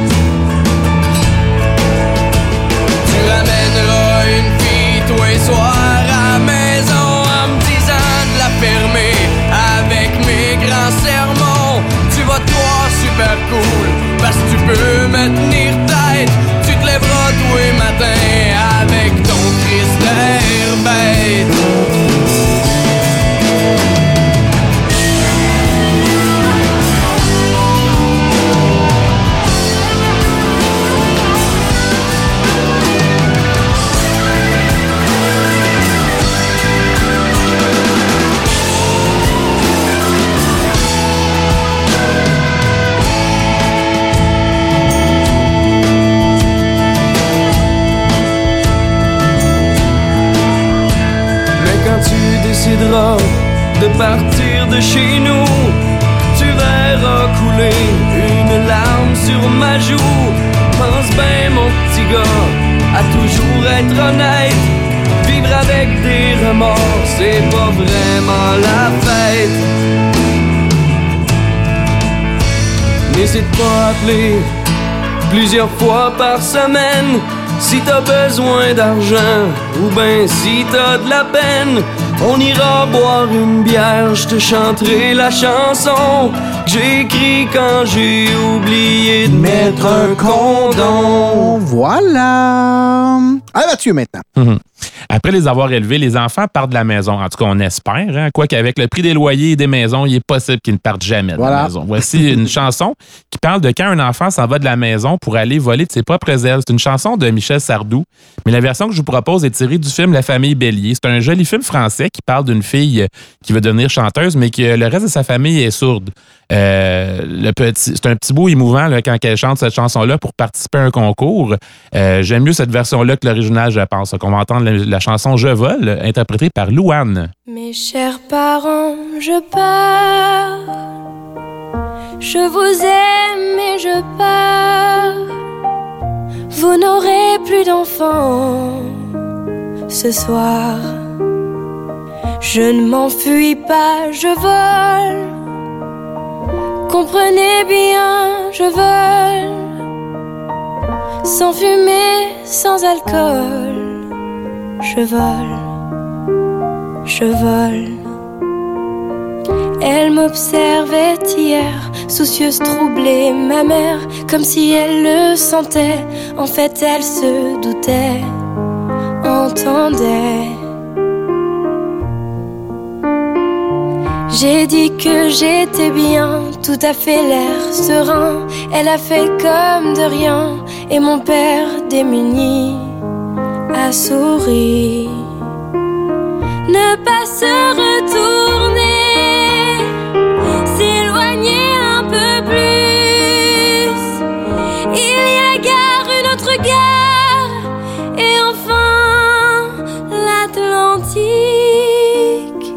Tu ramèneras une fille tous les soirs à la maison en me disant de la fermer avec mes grands sermons. Tu vas te voir super cool parce que tu peux me tenir tête. Tu te lèveras tous les matins avec ton Christ d'air bête. De partir de chez nous, tu verras couler une larme sur ma joue. Pense bien mon petit gars, à toujours être honnête. Vivre avec des remords, c'est pas vraiment la fête. N'hésite pas à appeler plusieurs fois par semaine si t'as besoin d'argent ou ben si t'as de la peine. On ira boire une bière, je te chanterai la chanson que j'ai écrite quand j'ai oublié de mettre un condom. Voilà. À Mathieu maintenant. Mm-hmm. Après les avoir élevés, les enfants partent de la maison. En tout cas, on espère. Hein? Quoique avec le prix des loyers et des maisons, il est possible qu'ils ne partent jamais de voilà. la maison. Voici une chanson qui parle de quand un enfant s'en va de la maison pour aller voler de ses propres ailes. C'est une chanson de Michel Sardou, mais la version que je vous propose est tirée du film La famille Bélier. C'est un joli film français qui parle d'une fille qui veut devenir chanteuse, mais que le reste de sa famille est sourde. Euh, le petit, c'est un petit bout émouvant là, quand elle chante cette chanson-là pour participer à un concours. Euh, j'aime mieux cette version-là que l'original, je pense. Donc on va entendre la, la chanson Je vole, interprétée par Louane. Mes chers parents, je pars. Je vous aime et je pars. Vous n'aurez plus d'enfants ce soir. Je ne m'enfuis pas, je vole. Comprenez bien, je vole. Sans fumée, sans alcool. Je vole, je vole. Elle m'observait hier, soucieuse, troublée, ma mère, comme si elle le sentait. En fait, elle se doutait, entendait. J'ai dit que j'étais bien, tout à fait l'air serein. Elle a fait comme de rien, et mon père démuni a souri. Ne pas se retourner, s'éloigner un peu plus. Il y a gare, une autre gare, et enfin l'Atlantique.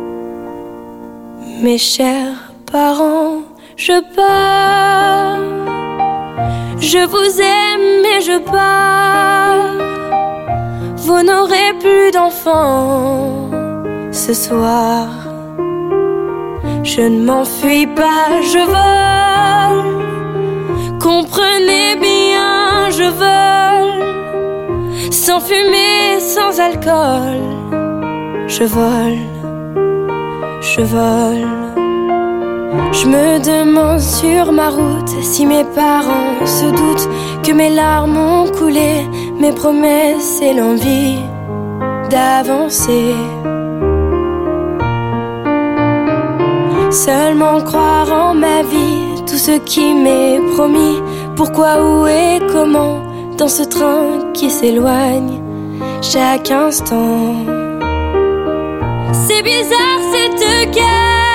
Mes chers parents, je pars. Je vous aime et je pars. Vous n'aurez plus d'enfants ce soir. Je ne m'enfuis pas, je vole. Comprenez bien, je vole. Sans fumée, sans alcool. Je vole, je vole. Je me demande sur ma route si mes parents se doutent que mes larmes ont coulé, mes promesses et l'envie d'avancer. Seulement croire en ma vie, tout ce qui m'est promis. Pourquoi, où et comment, dans ce train qui s'éloigne chaque instant. C'est bizarre cette cage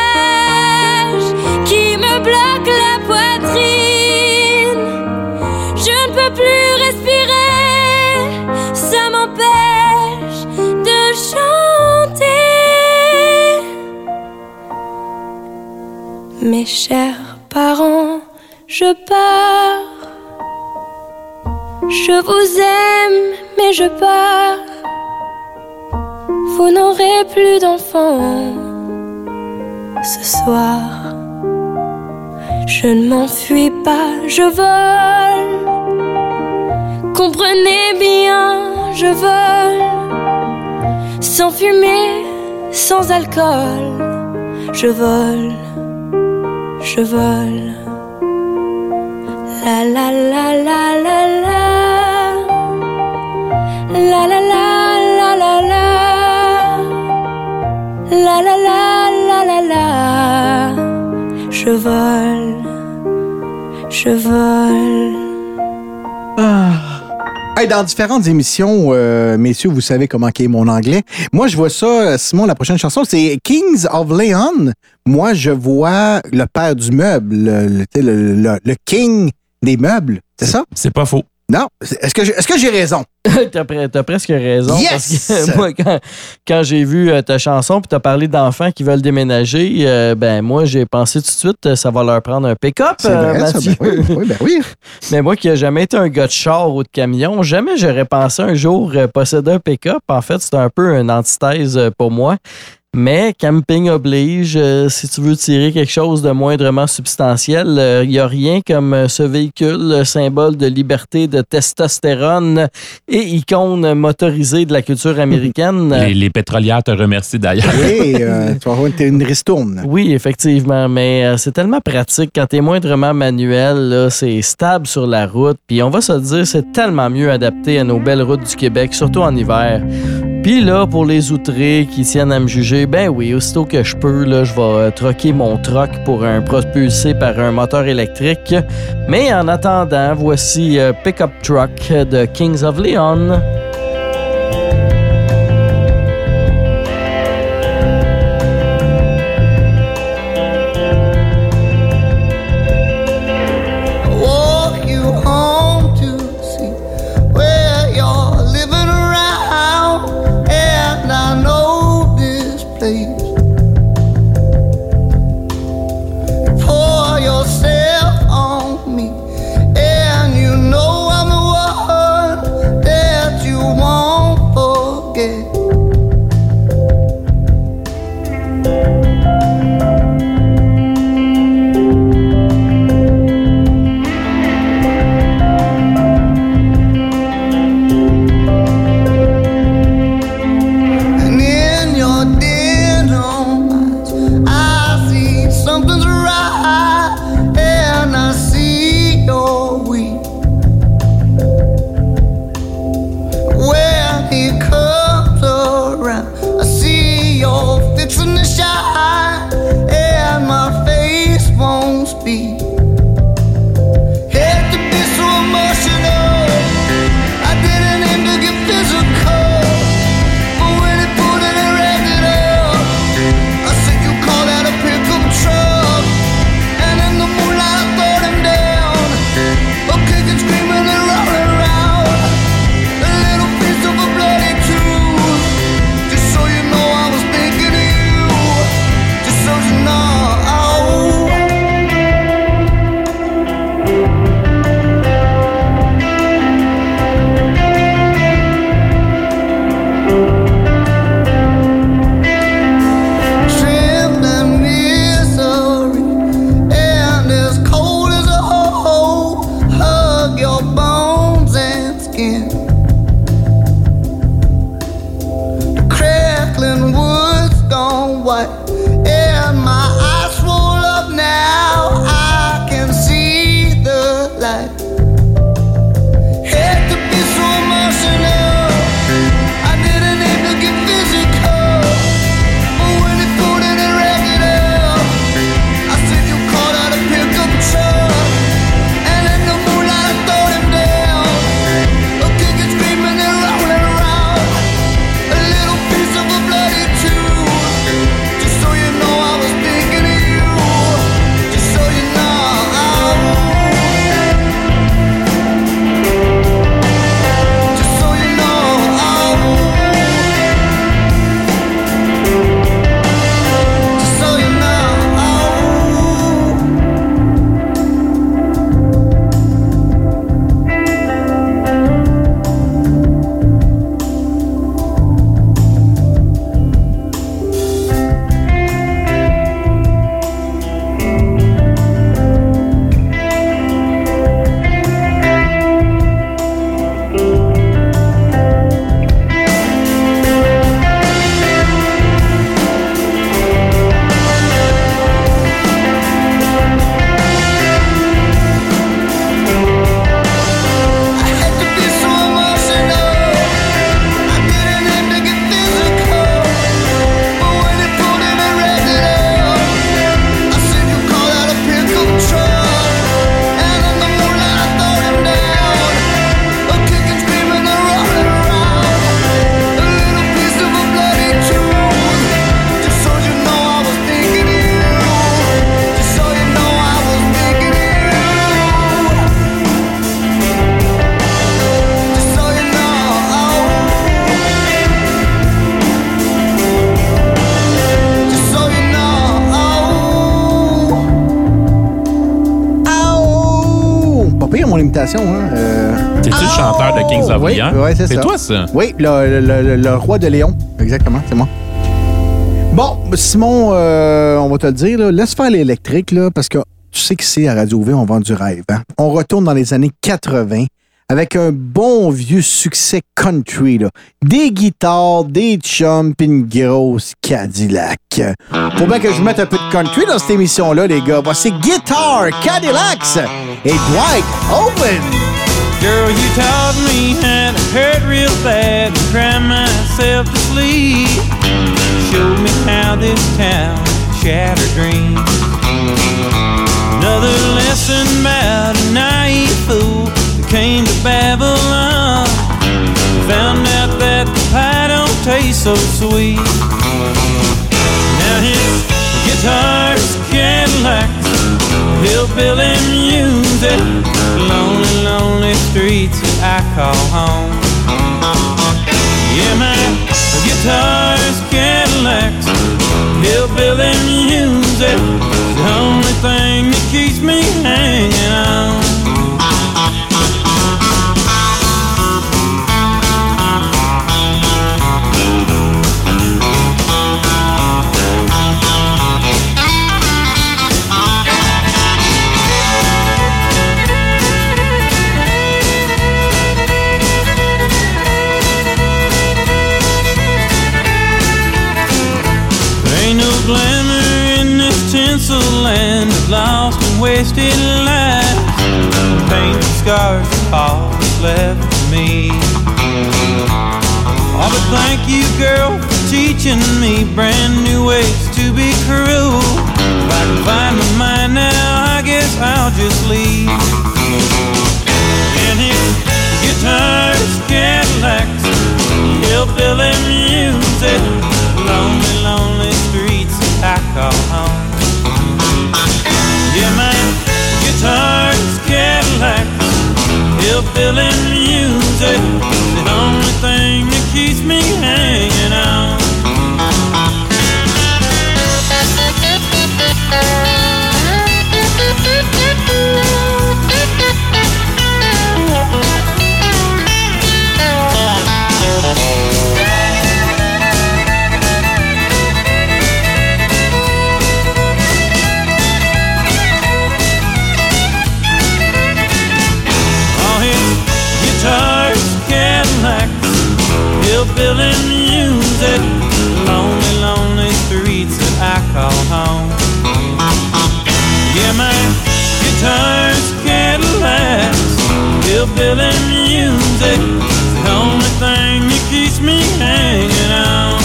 qui me bloque la poitrine. Je ne peux plus respirer, ça m'empêche de chanter. Mes chers parents, je pars. Je vous aime, mais je pars. Vous n'aurez plus d'enfants ce soir. Je ne m'enfuis pas, je vole. Comprenez bien, je vole. Sans fumée, sans alcool. Je vole, je vole. La la la la la la. La la la la la la. La la la la la la. Je vole, je vole. Ah. Hey, dans différentes émissions, euh, messieurs, vous savez comment est mon anglais. Moi, je vois ça, Simon, la prochaine chanson, c'est Kings of Leon. Moi, je vois le père du meuble, le, le, le, le, le king des meubles. C'est ça? C'est pas faux. Non. Est-ce que, est-ce que j'ai raison? t'as, t'as presque raison. Yes! Parce que moi, quand, quand j'ai vu euh, ta chanson puis t'as parlé d'enfants qui veulent déménager, euh, ben moi, j'ai pensé tout de suite, euh, ça va leur prendre un pick-up, C'est vrai, euh, Mathieu. ça, ben oui, oui, ben oui. Mais moi qui n'ai jamais été un gars de char ou de camion, jamais j'aurais pensé un jour euh, posséder un pick-up. En fait, c'est un peu une antithèse euh, pour moi. Mais camping oblige, euh, si tu veux tirer quelque chose de moindrement substantiel, il euh, n'y a rien comme euh, ce véhicule, euh, symbole de liberté, de testostérone et icône motorisée de la culture américaine. Les, les pétrolières te remercient d'ailleurs. Oui, euh, tu vas avoir une, une ristourne. Oui, effectivement, mais euh, c'est tellement pratique quand tu es moindrement manuel, là, c'est stable sur la route, puis on va se le dire, c'est tellement mieux adapté à nos belles routes du Québec, surtout en hiver. Puis là, pour les outrés qui tiennent à me juger, ben oui, aussitôt que je peux, là, je vais euh, troquer mon troc pour un propulsé par un moteur électrique. Mais en attendant, voici euh, Pickup Truck de Kings of Leon. Walk you home to see where you're living around, and I know this place. Pour yourself on me, and you know I'm the one that you imitation. Hein? Euh... C'est-tu le chanteur de Kings of Oui, Leon? oui, c'est ça. C'est toi, ça? Oui, le, le, le, le roi de Léon. Exactement, c'est moi. Bon, Simon, euh, on va te le dire, là, laisse faire l'électrique, là, parce que tu sais qu'ici, à Radio V, on vend du rêve. Hein? On retourne dans les années quatre-vingt avec un bon vieux succès country. Là. Des guitares, des chums, puis une grosse Cadillac. Faut bien que je mette un peu de country dans cette émission-là, les gars. Voici Guitar Cadillacs et Dwight Owen. Girl, you taught me how to hurt real bad and cry myself to sleep. Showed me how this town shattered dreams. Another lesson about a naive fool that came to Babylon. Found out that the pie don't taste so sweet. Now his guitar's Cadillacs, hillbilly music, lonely, lonely streets that I call home. Yeah, my guitar's Cadillacs, hillbilly music, the only thing that keeps me hanging on. Glamour in this tinsel land of lost and wasted lives. Paint and scars and all that's left for me. Oh, but thank you, girl, for teaching me brand new ways to be cruel. If I can find my mind now, I guess I'll just leave. And his guitars, Cadillacs, hillbilly music, lonely, lonely streets I call home. Yeah, my guitar's Cadillacs, hillbilly music, the only thing that keeps me hanging on. Hillbilly music, lonely, lonely streets that I call home. Yeah, my guitar's Cadillacs, hillbilly music, the only thing that keeps me hanging on.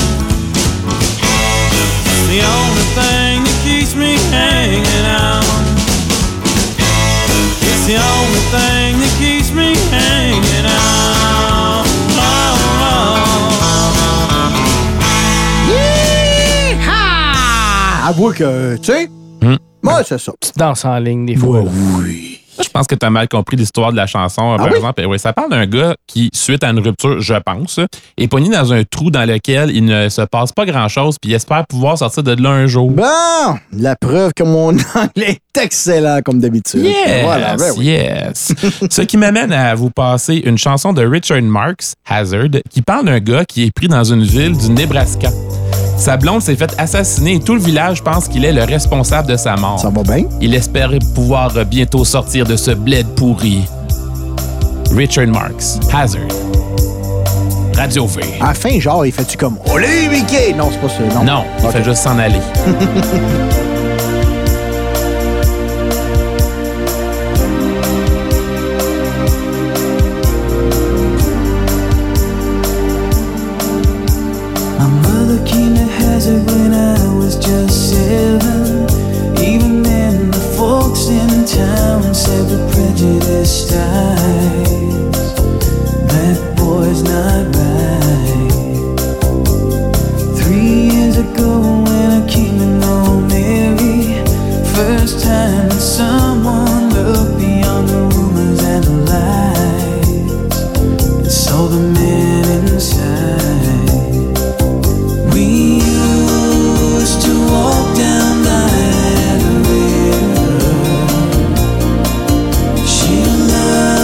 The only thing that keeps me hanging on. It's the only thing that keeps me hanging on. Avoue que, tu sais, hum. moi, c'est ça. Tu danses en ligne des fois. Oh, oui. Je pense que tu as mal compris l'histoire de la chanson. Ah par oui? exemple, oui, ça parle d'un gars qui, suite à une rupture, je pense, est pogné dans un trou dans lequel il ne se passe pas grand-chose puis il espère pouvoir sortir de là un jour. Bon, la preuve que mon anglais est excellent comme d'habitude. Yes, voilà, ben oui. yes. Ce qui m'amène à vous passer une chanson de Richard Marx, Hazard, qui parle d'un gars qui est pris dans une ville du Nebraska. Sa blonde s'est faite assassiner et tout le village pense qu'il est le responsable de sa mort. Ça va bien? Il espère pouvoir bientôt sortir de ce bled pourri. Richard Marx, Hazard. Radio V. À la fin, genre, il fait-tu comme « Olé, Mickey! » Non, c'est pas ça. Non, Non, il okay. fait juste s'en aller. When I was just seven, even then the folks in town said with prejudiced eyes, that boy's not right. Three years ago when I came to know Mary, first time that someone looked beyond the rumors and the lies and saw the man inside. We to walk down by the river. She loved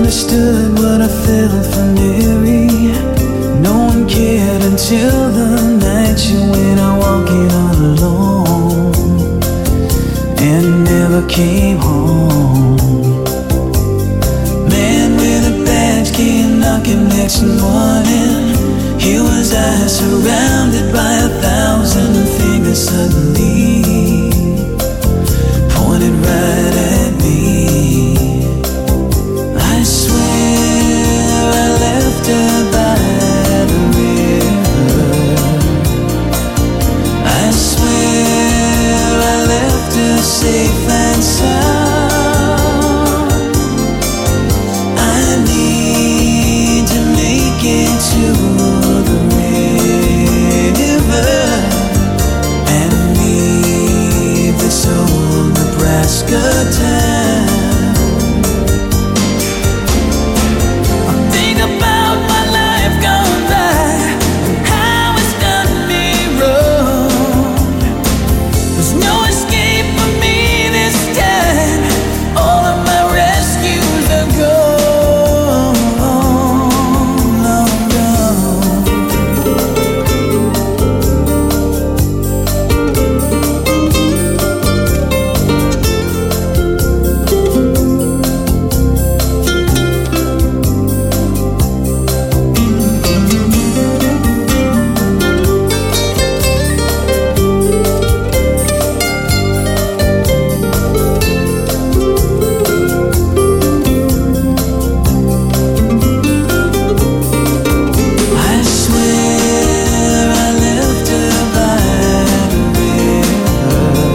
understood what I felt for Mary. No one cared until the night she went out walking all alone and never came home. Man with a badge came knocking next morning. Here was I surrounded by a thousand fingers suddenly pointed right at me. I swear I left her by the river. I swear I left her safe and sound. I need to make it to the river and leave this old Nebraska town. I think about my life gone by, how it's done me wrong. There's no escape for me this time. All of my rescues are gone, long gone. I swear I left her by the river.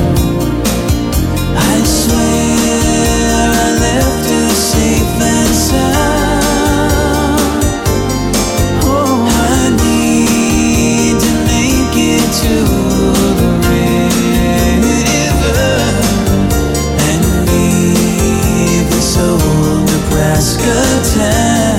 I swear I left her safe and sound. Oh, I need to make it to the river and leave this old Nebraska town.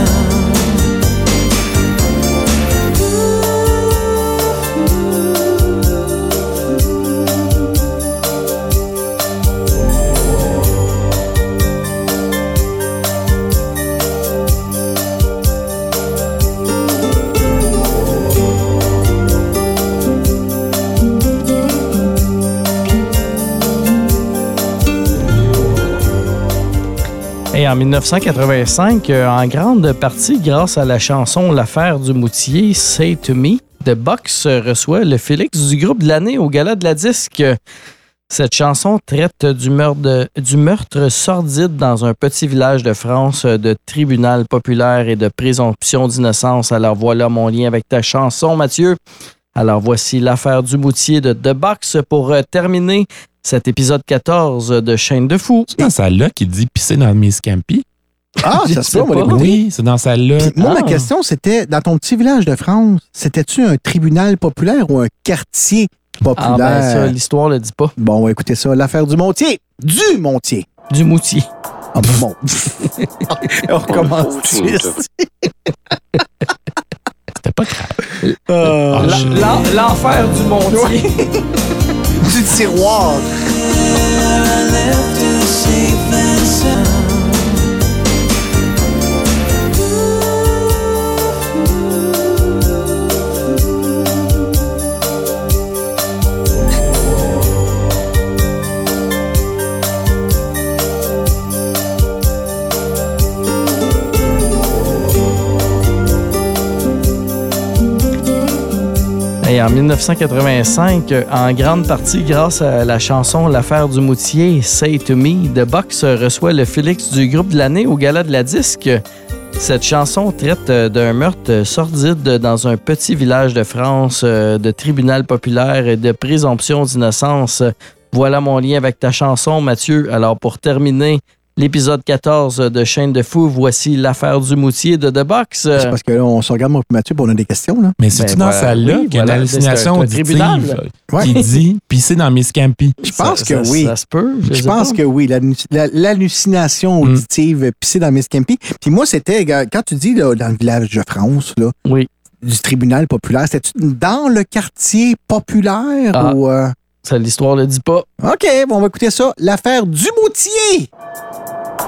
Et en dix-neuf cent quatre-vingt-cinq, euh, en grande partie grâce à la chanson L'affaire du Moutier, Say to Me, The Box reçoit le Félix du groupe de l'année au Gala de la Disque. Cette chanson traite du meurtre, du meurtre sordide dans un petit village de France, de tribunal populaire et de présomption d'innocence. Alors voilà mon lien avec ta chanson, Mathieu. Alors voici L'affaire du Moutier de The Box pour euh, terminer cet épisode quatorze de Chaîne de Fous. C'est dans celle-là qui dit pisser dans le Miss Campy. Ah, ça se peut, on va l'écouter. Oui, c'est dans celle-là. Puis moi, Ah. ma question, c'était, dans ton petit village de France, c'était-tu un tribunal populaire ou un quartier populaire? Ah ben ça, l'histoire le dit pas. Bon, on va écouter ça. L'affaire du Montier. Du Montier. Du Moutier. Ah bon. On recommence. C'était pas grave. Euh, Ah, je- L'en- L'enfer du Montier. du tiroir. Et en dix-neuf cent quatre-vingt-cinq, en grande partie grâce à la chanson L'affaire du Moutier, Say to Me, The Box reçoit le Félix du groupe de l'année au Gala de la Disque. Cette chanson traite d'un meurtre sordide dans un petit village de France, de tribunal populaire et de présomption d'innocence. Voilà mon lien avec ta chanson, Mathieu. Alors pour terminer l'épisode quatorze de Chaîne de Fous, voici L'affaire du Moutier de The Box. C'est parce que là, on se regarde, moi et Mathieu, pour on a des questions. Là. Mais c'est-tu Ben dans voilà. celle-là Oui, qu'il y a voilà, une hallucination c'est un- c'est un auditive tribunal. Ouais. qui dit pisser dans Miss Campy? Je pense Ça- que ça- oui. Ça se peut. Je sais pense pas. que oui, la- la- l'hallucination auditive pissée dans Miss Campy. Puis moi, c'était, gars, quand tu dis là, dans le village de France, là, Oui. du tribunal populaire, c'était dans le quartier populaire Ah. ou... euh, Ça, l'histoire le dit pas. OK, bon, on va écouter ça. L'affaire du Moutier.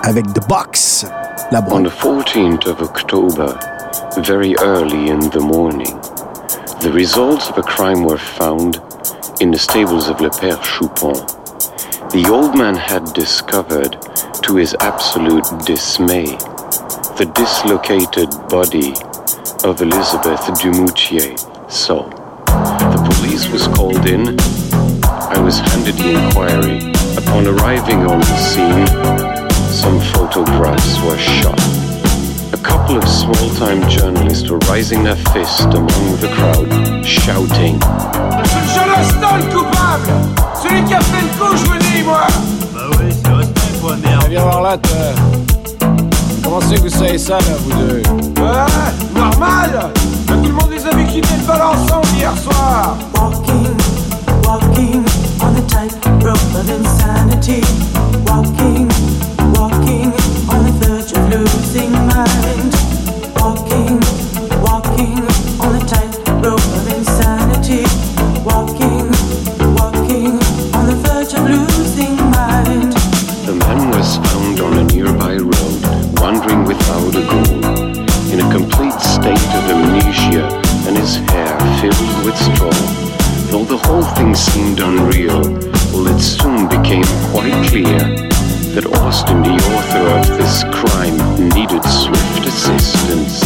avec The Box. La On boîte. the fourteenth of October, very early in the morning, the results of a crime were found in the stables of Le Père Choupon. The old man had discovered, to his absolute dismay, the dislocated body of Elizabeth Dumoutier. So, the police was called in. I was handed the inquiry. Upon arriving on the scene, some photographs were shot. A couple of small-time journalists were raising their fist among the crowd, shouting. C'est Jolaston le coupable! Celui qui a fait le coup, je vous dis, moi! Bah oui, c'est Austin, quoi, merde. Viens voir là, comment c'est que vous savez ça, là, vous deux? Ouais, normal! Mais tout le monde les avait quittés le bal ensemble hier soir! Walking, walking on the tightrope of insanity. Walking, walking on the verge of losing mind. Walking, walking on the tightrope of insanity. Walking, walking on the verge of losing mind. The man was found on a nearby road, wandering without a goal, in a complete state of amnesia and his hair filled with straw. Though the whole thing seemed unreal, well, it soon became quite clear that Austin, the author of this crime, needed swift assistance.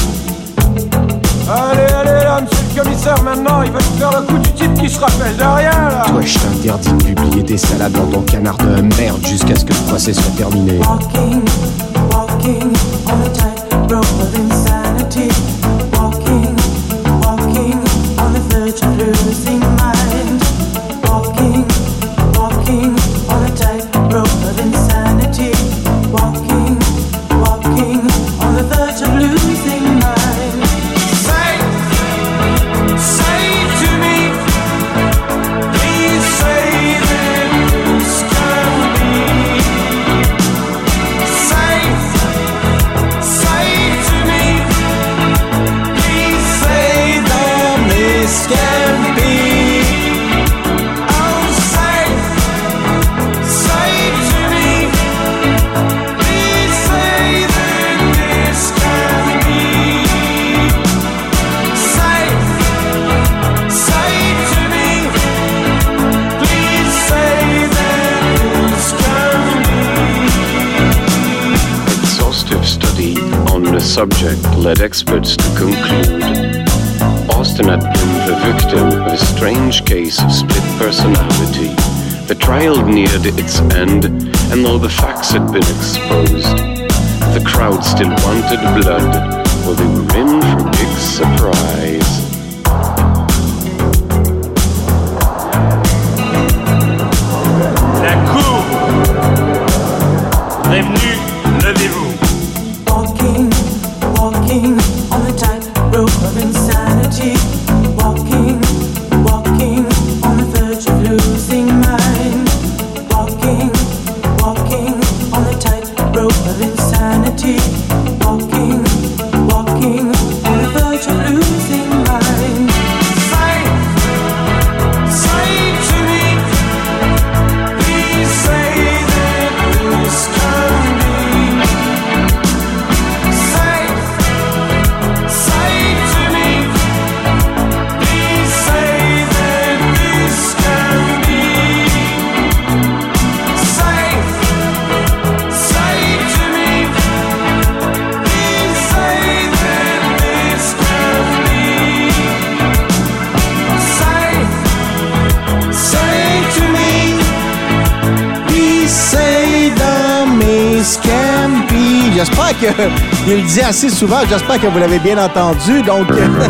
Allez, allez, là, monsieur le commissaire, maintenant, il va nous faire le coup du type qui se rappelle de rien, là! Toi, je t'interdis de publier tes salades dans ton canard de merde jusqu'à ce que le procès soit terminé. Walking, walking on the tightrope of insanity. Walking, walking on the verge of losing mind. Walking, walking on the tightrope of insanity. Walking, walking on the verge of losing mind. Say, say to me, please say that this can be. Say, say to me, please say that this can be. Oh, say, say to me, please say that this can be. Say, say to me, please say that this can be. Exhaustive study on the subject led experts to conclude Austin had been the victim of a strange case of split personality. The trial neared its end, and though the facts had been exposed, the crowd still wanted blood, well, they were in for a big surprise. La cour! Prévenu, levez-vous. Walking, walking on the tightrope of insanity. Walking, walking on the verge of losing mind. Walking, walking on the tightrope of insanity. Walking, walking on the verge of losing mind. Say, say to me, please say that this can be. Say, say to me, please say that this can be. Say, say to me, please say that this can be. Say, say to me, Puis c'est dans mes scampi. J'espère qu'il le dit assez souvent. J'espère que vous l'avez bien entendu. Donc,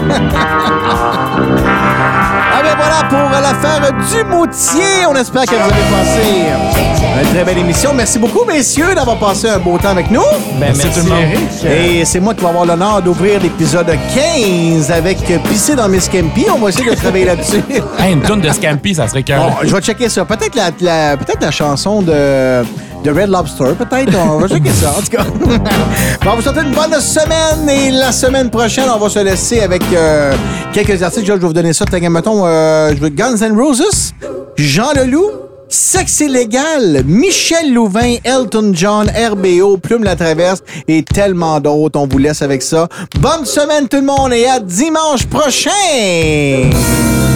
ah ben voilà pour l'affaire du Moutier. On espère que vous avez passé une très belle émission. Merci beaucoup, messieurs, d'avoir passé un beau temps avec nous. Ben, merci, tout le monde. Eric. Et c'est moi qui vais avoir l'honneur d'ouvrir l'épisode quinze avec Pisser dans mes scampi. On va essayer de travailler là-dessus. Hey, une toune de Scampi, ça serait cœur. Bon, je vais checker ça. Peut-être la, la- peut-être la chanson de, de Red Lobster. Peut-être. On va checker ça, en tout cas. Bon, on vous souhaite une bonne semaine. Et la semaine prochaine, on va se laisser avec euh, quelques articles. Je vais vous donner ça. Mettons, euh, je veux Guns N' Roses, Jean Leloup, Sexe illégal, Michel Louvain, Elton John, R B O, Plume la Traverse et tellement d'autres. On vous laisse avec ça. Bonne semaine tout le monde et à dimanche prochain!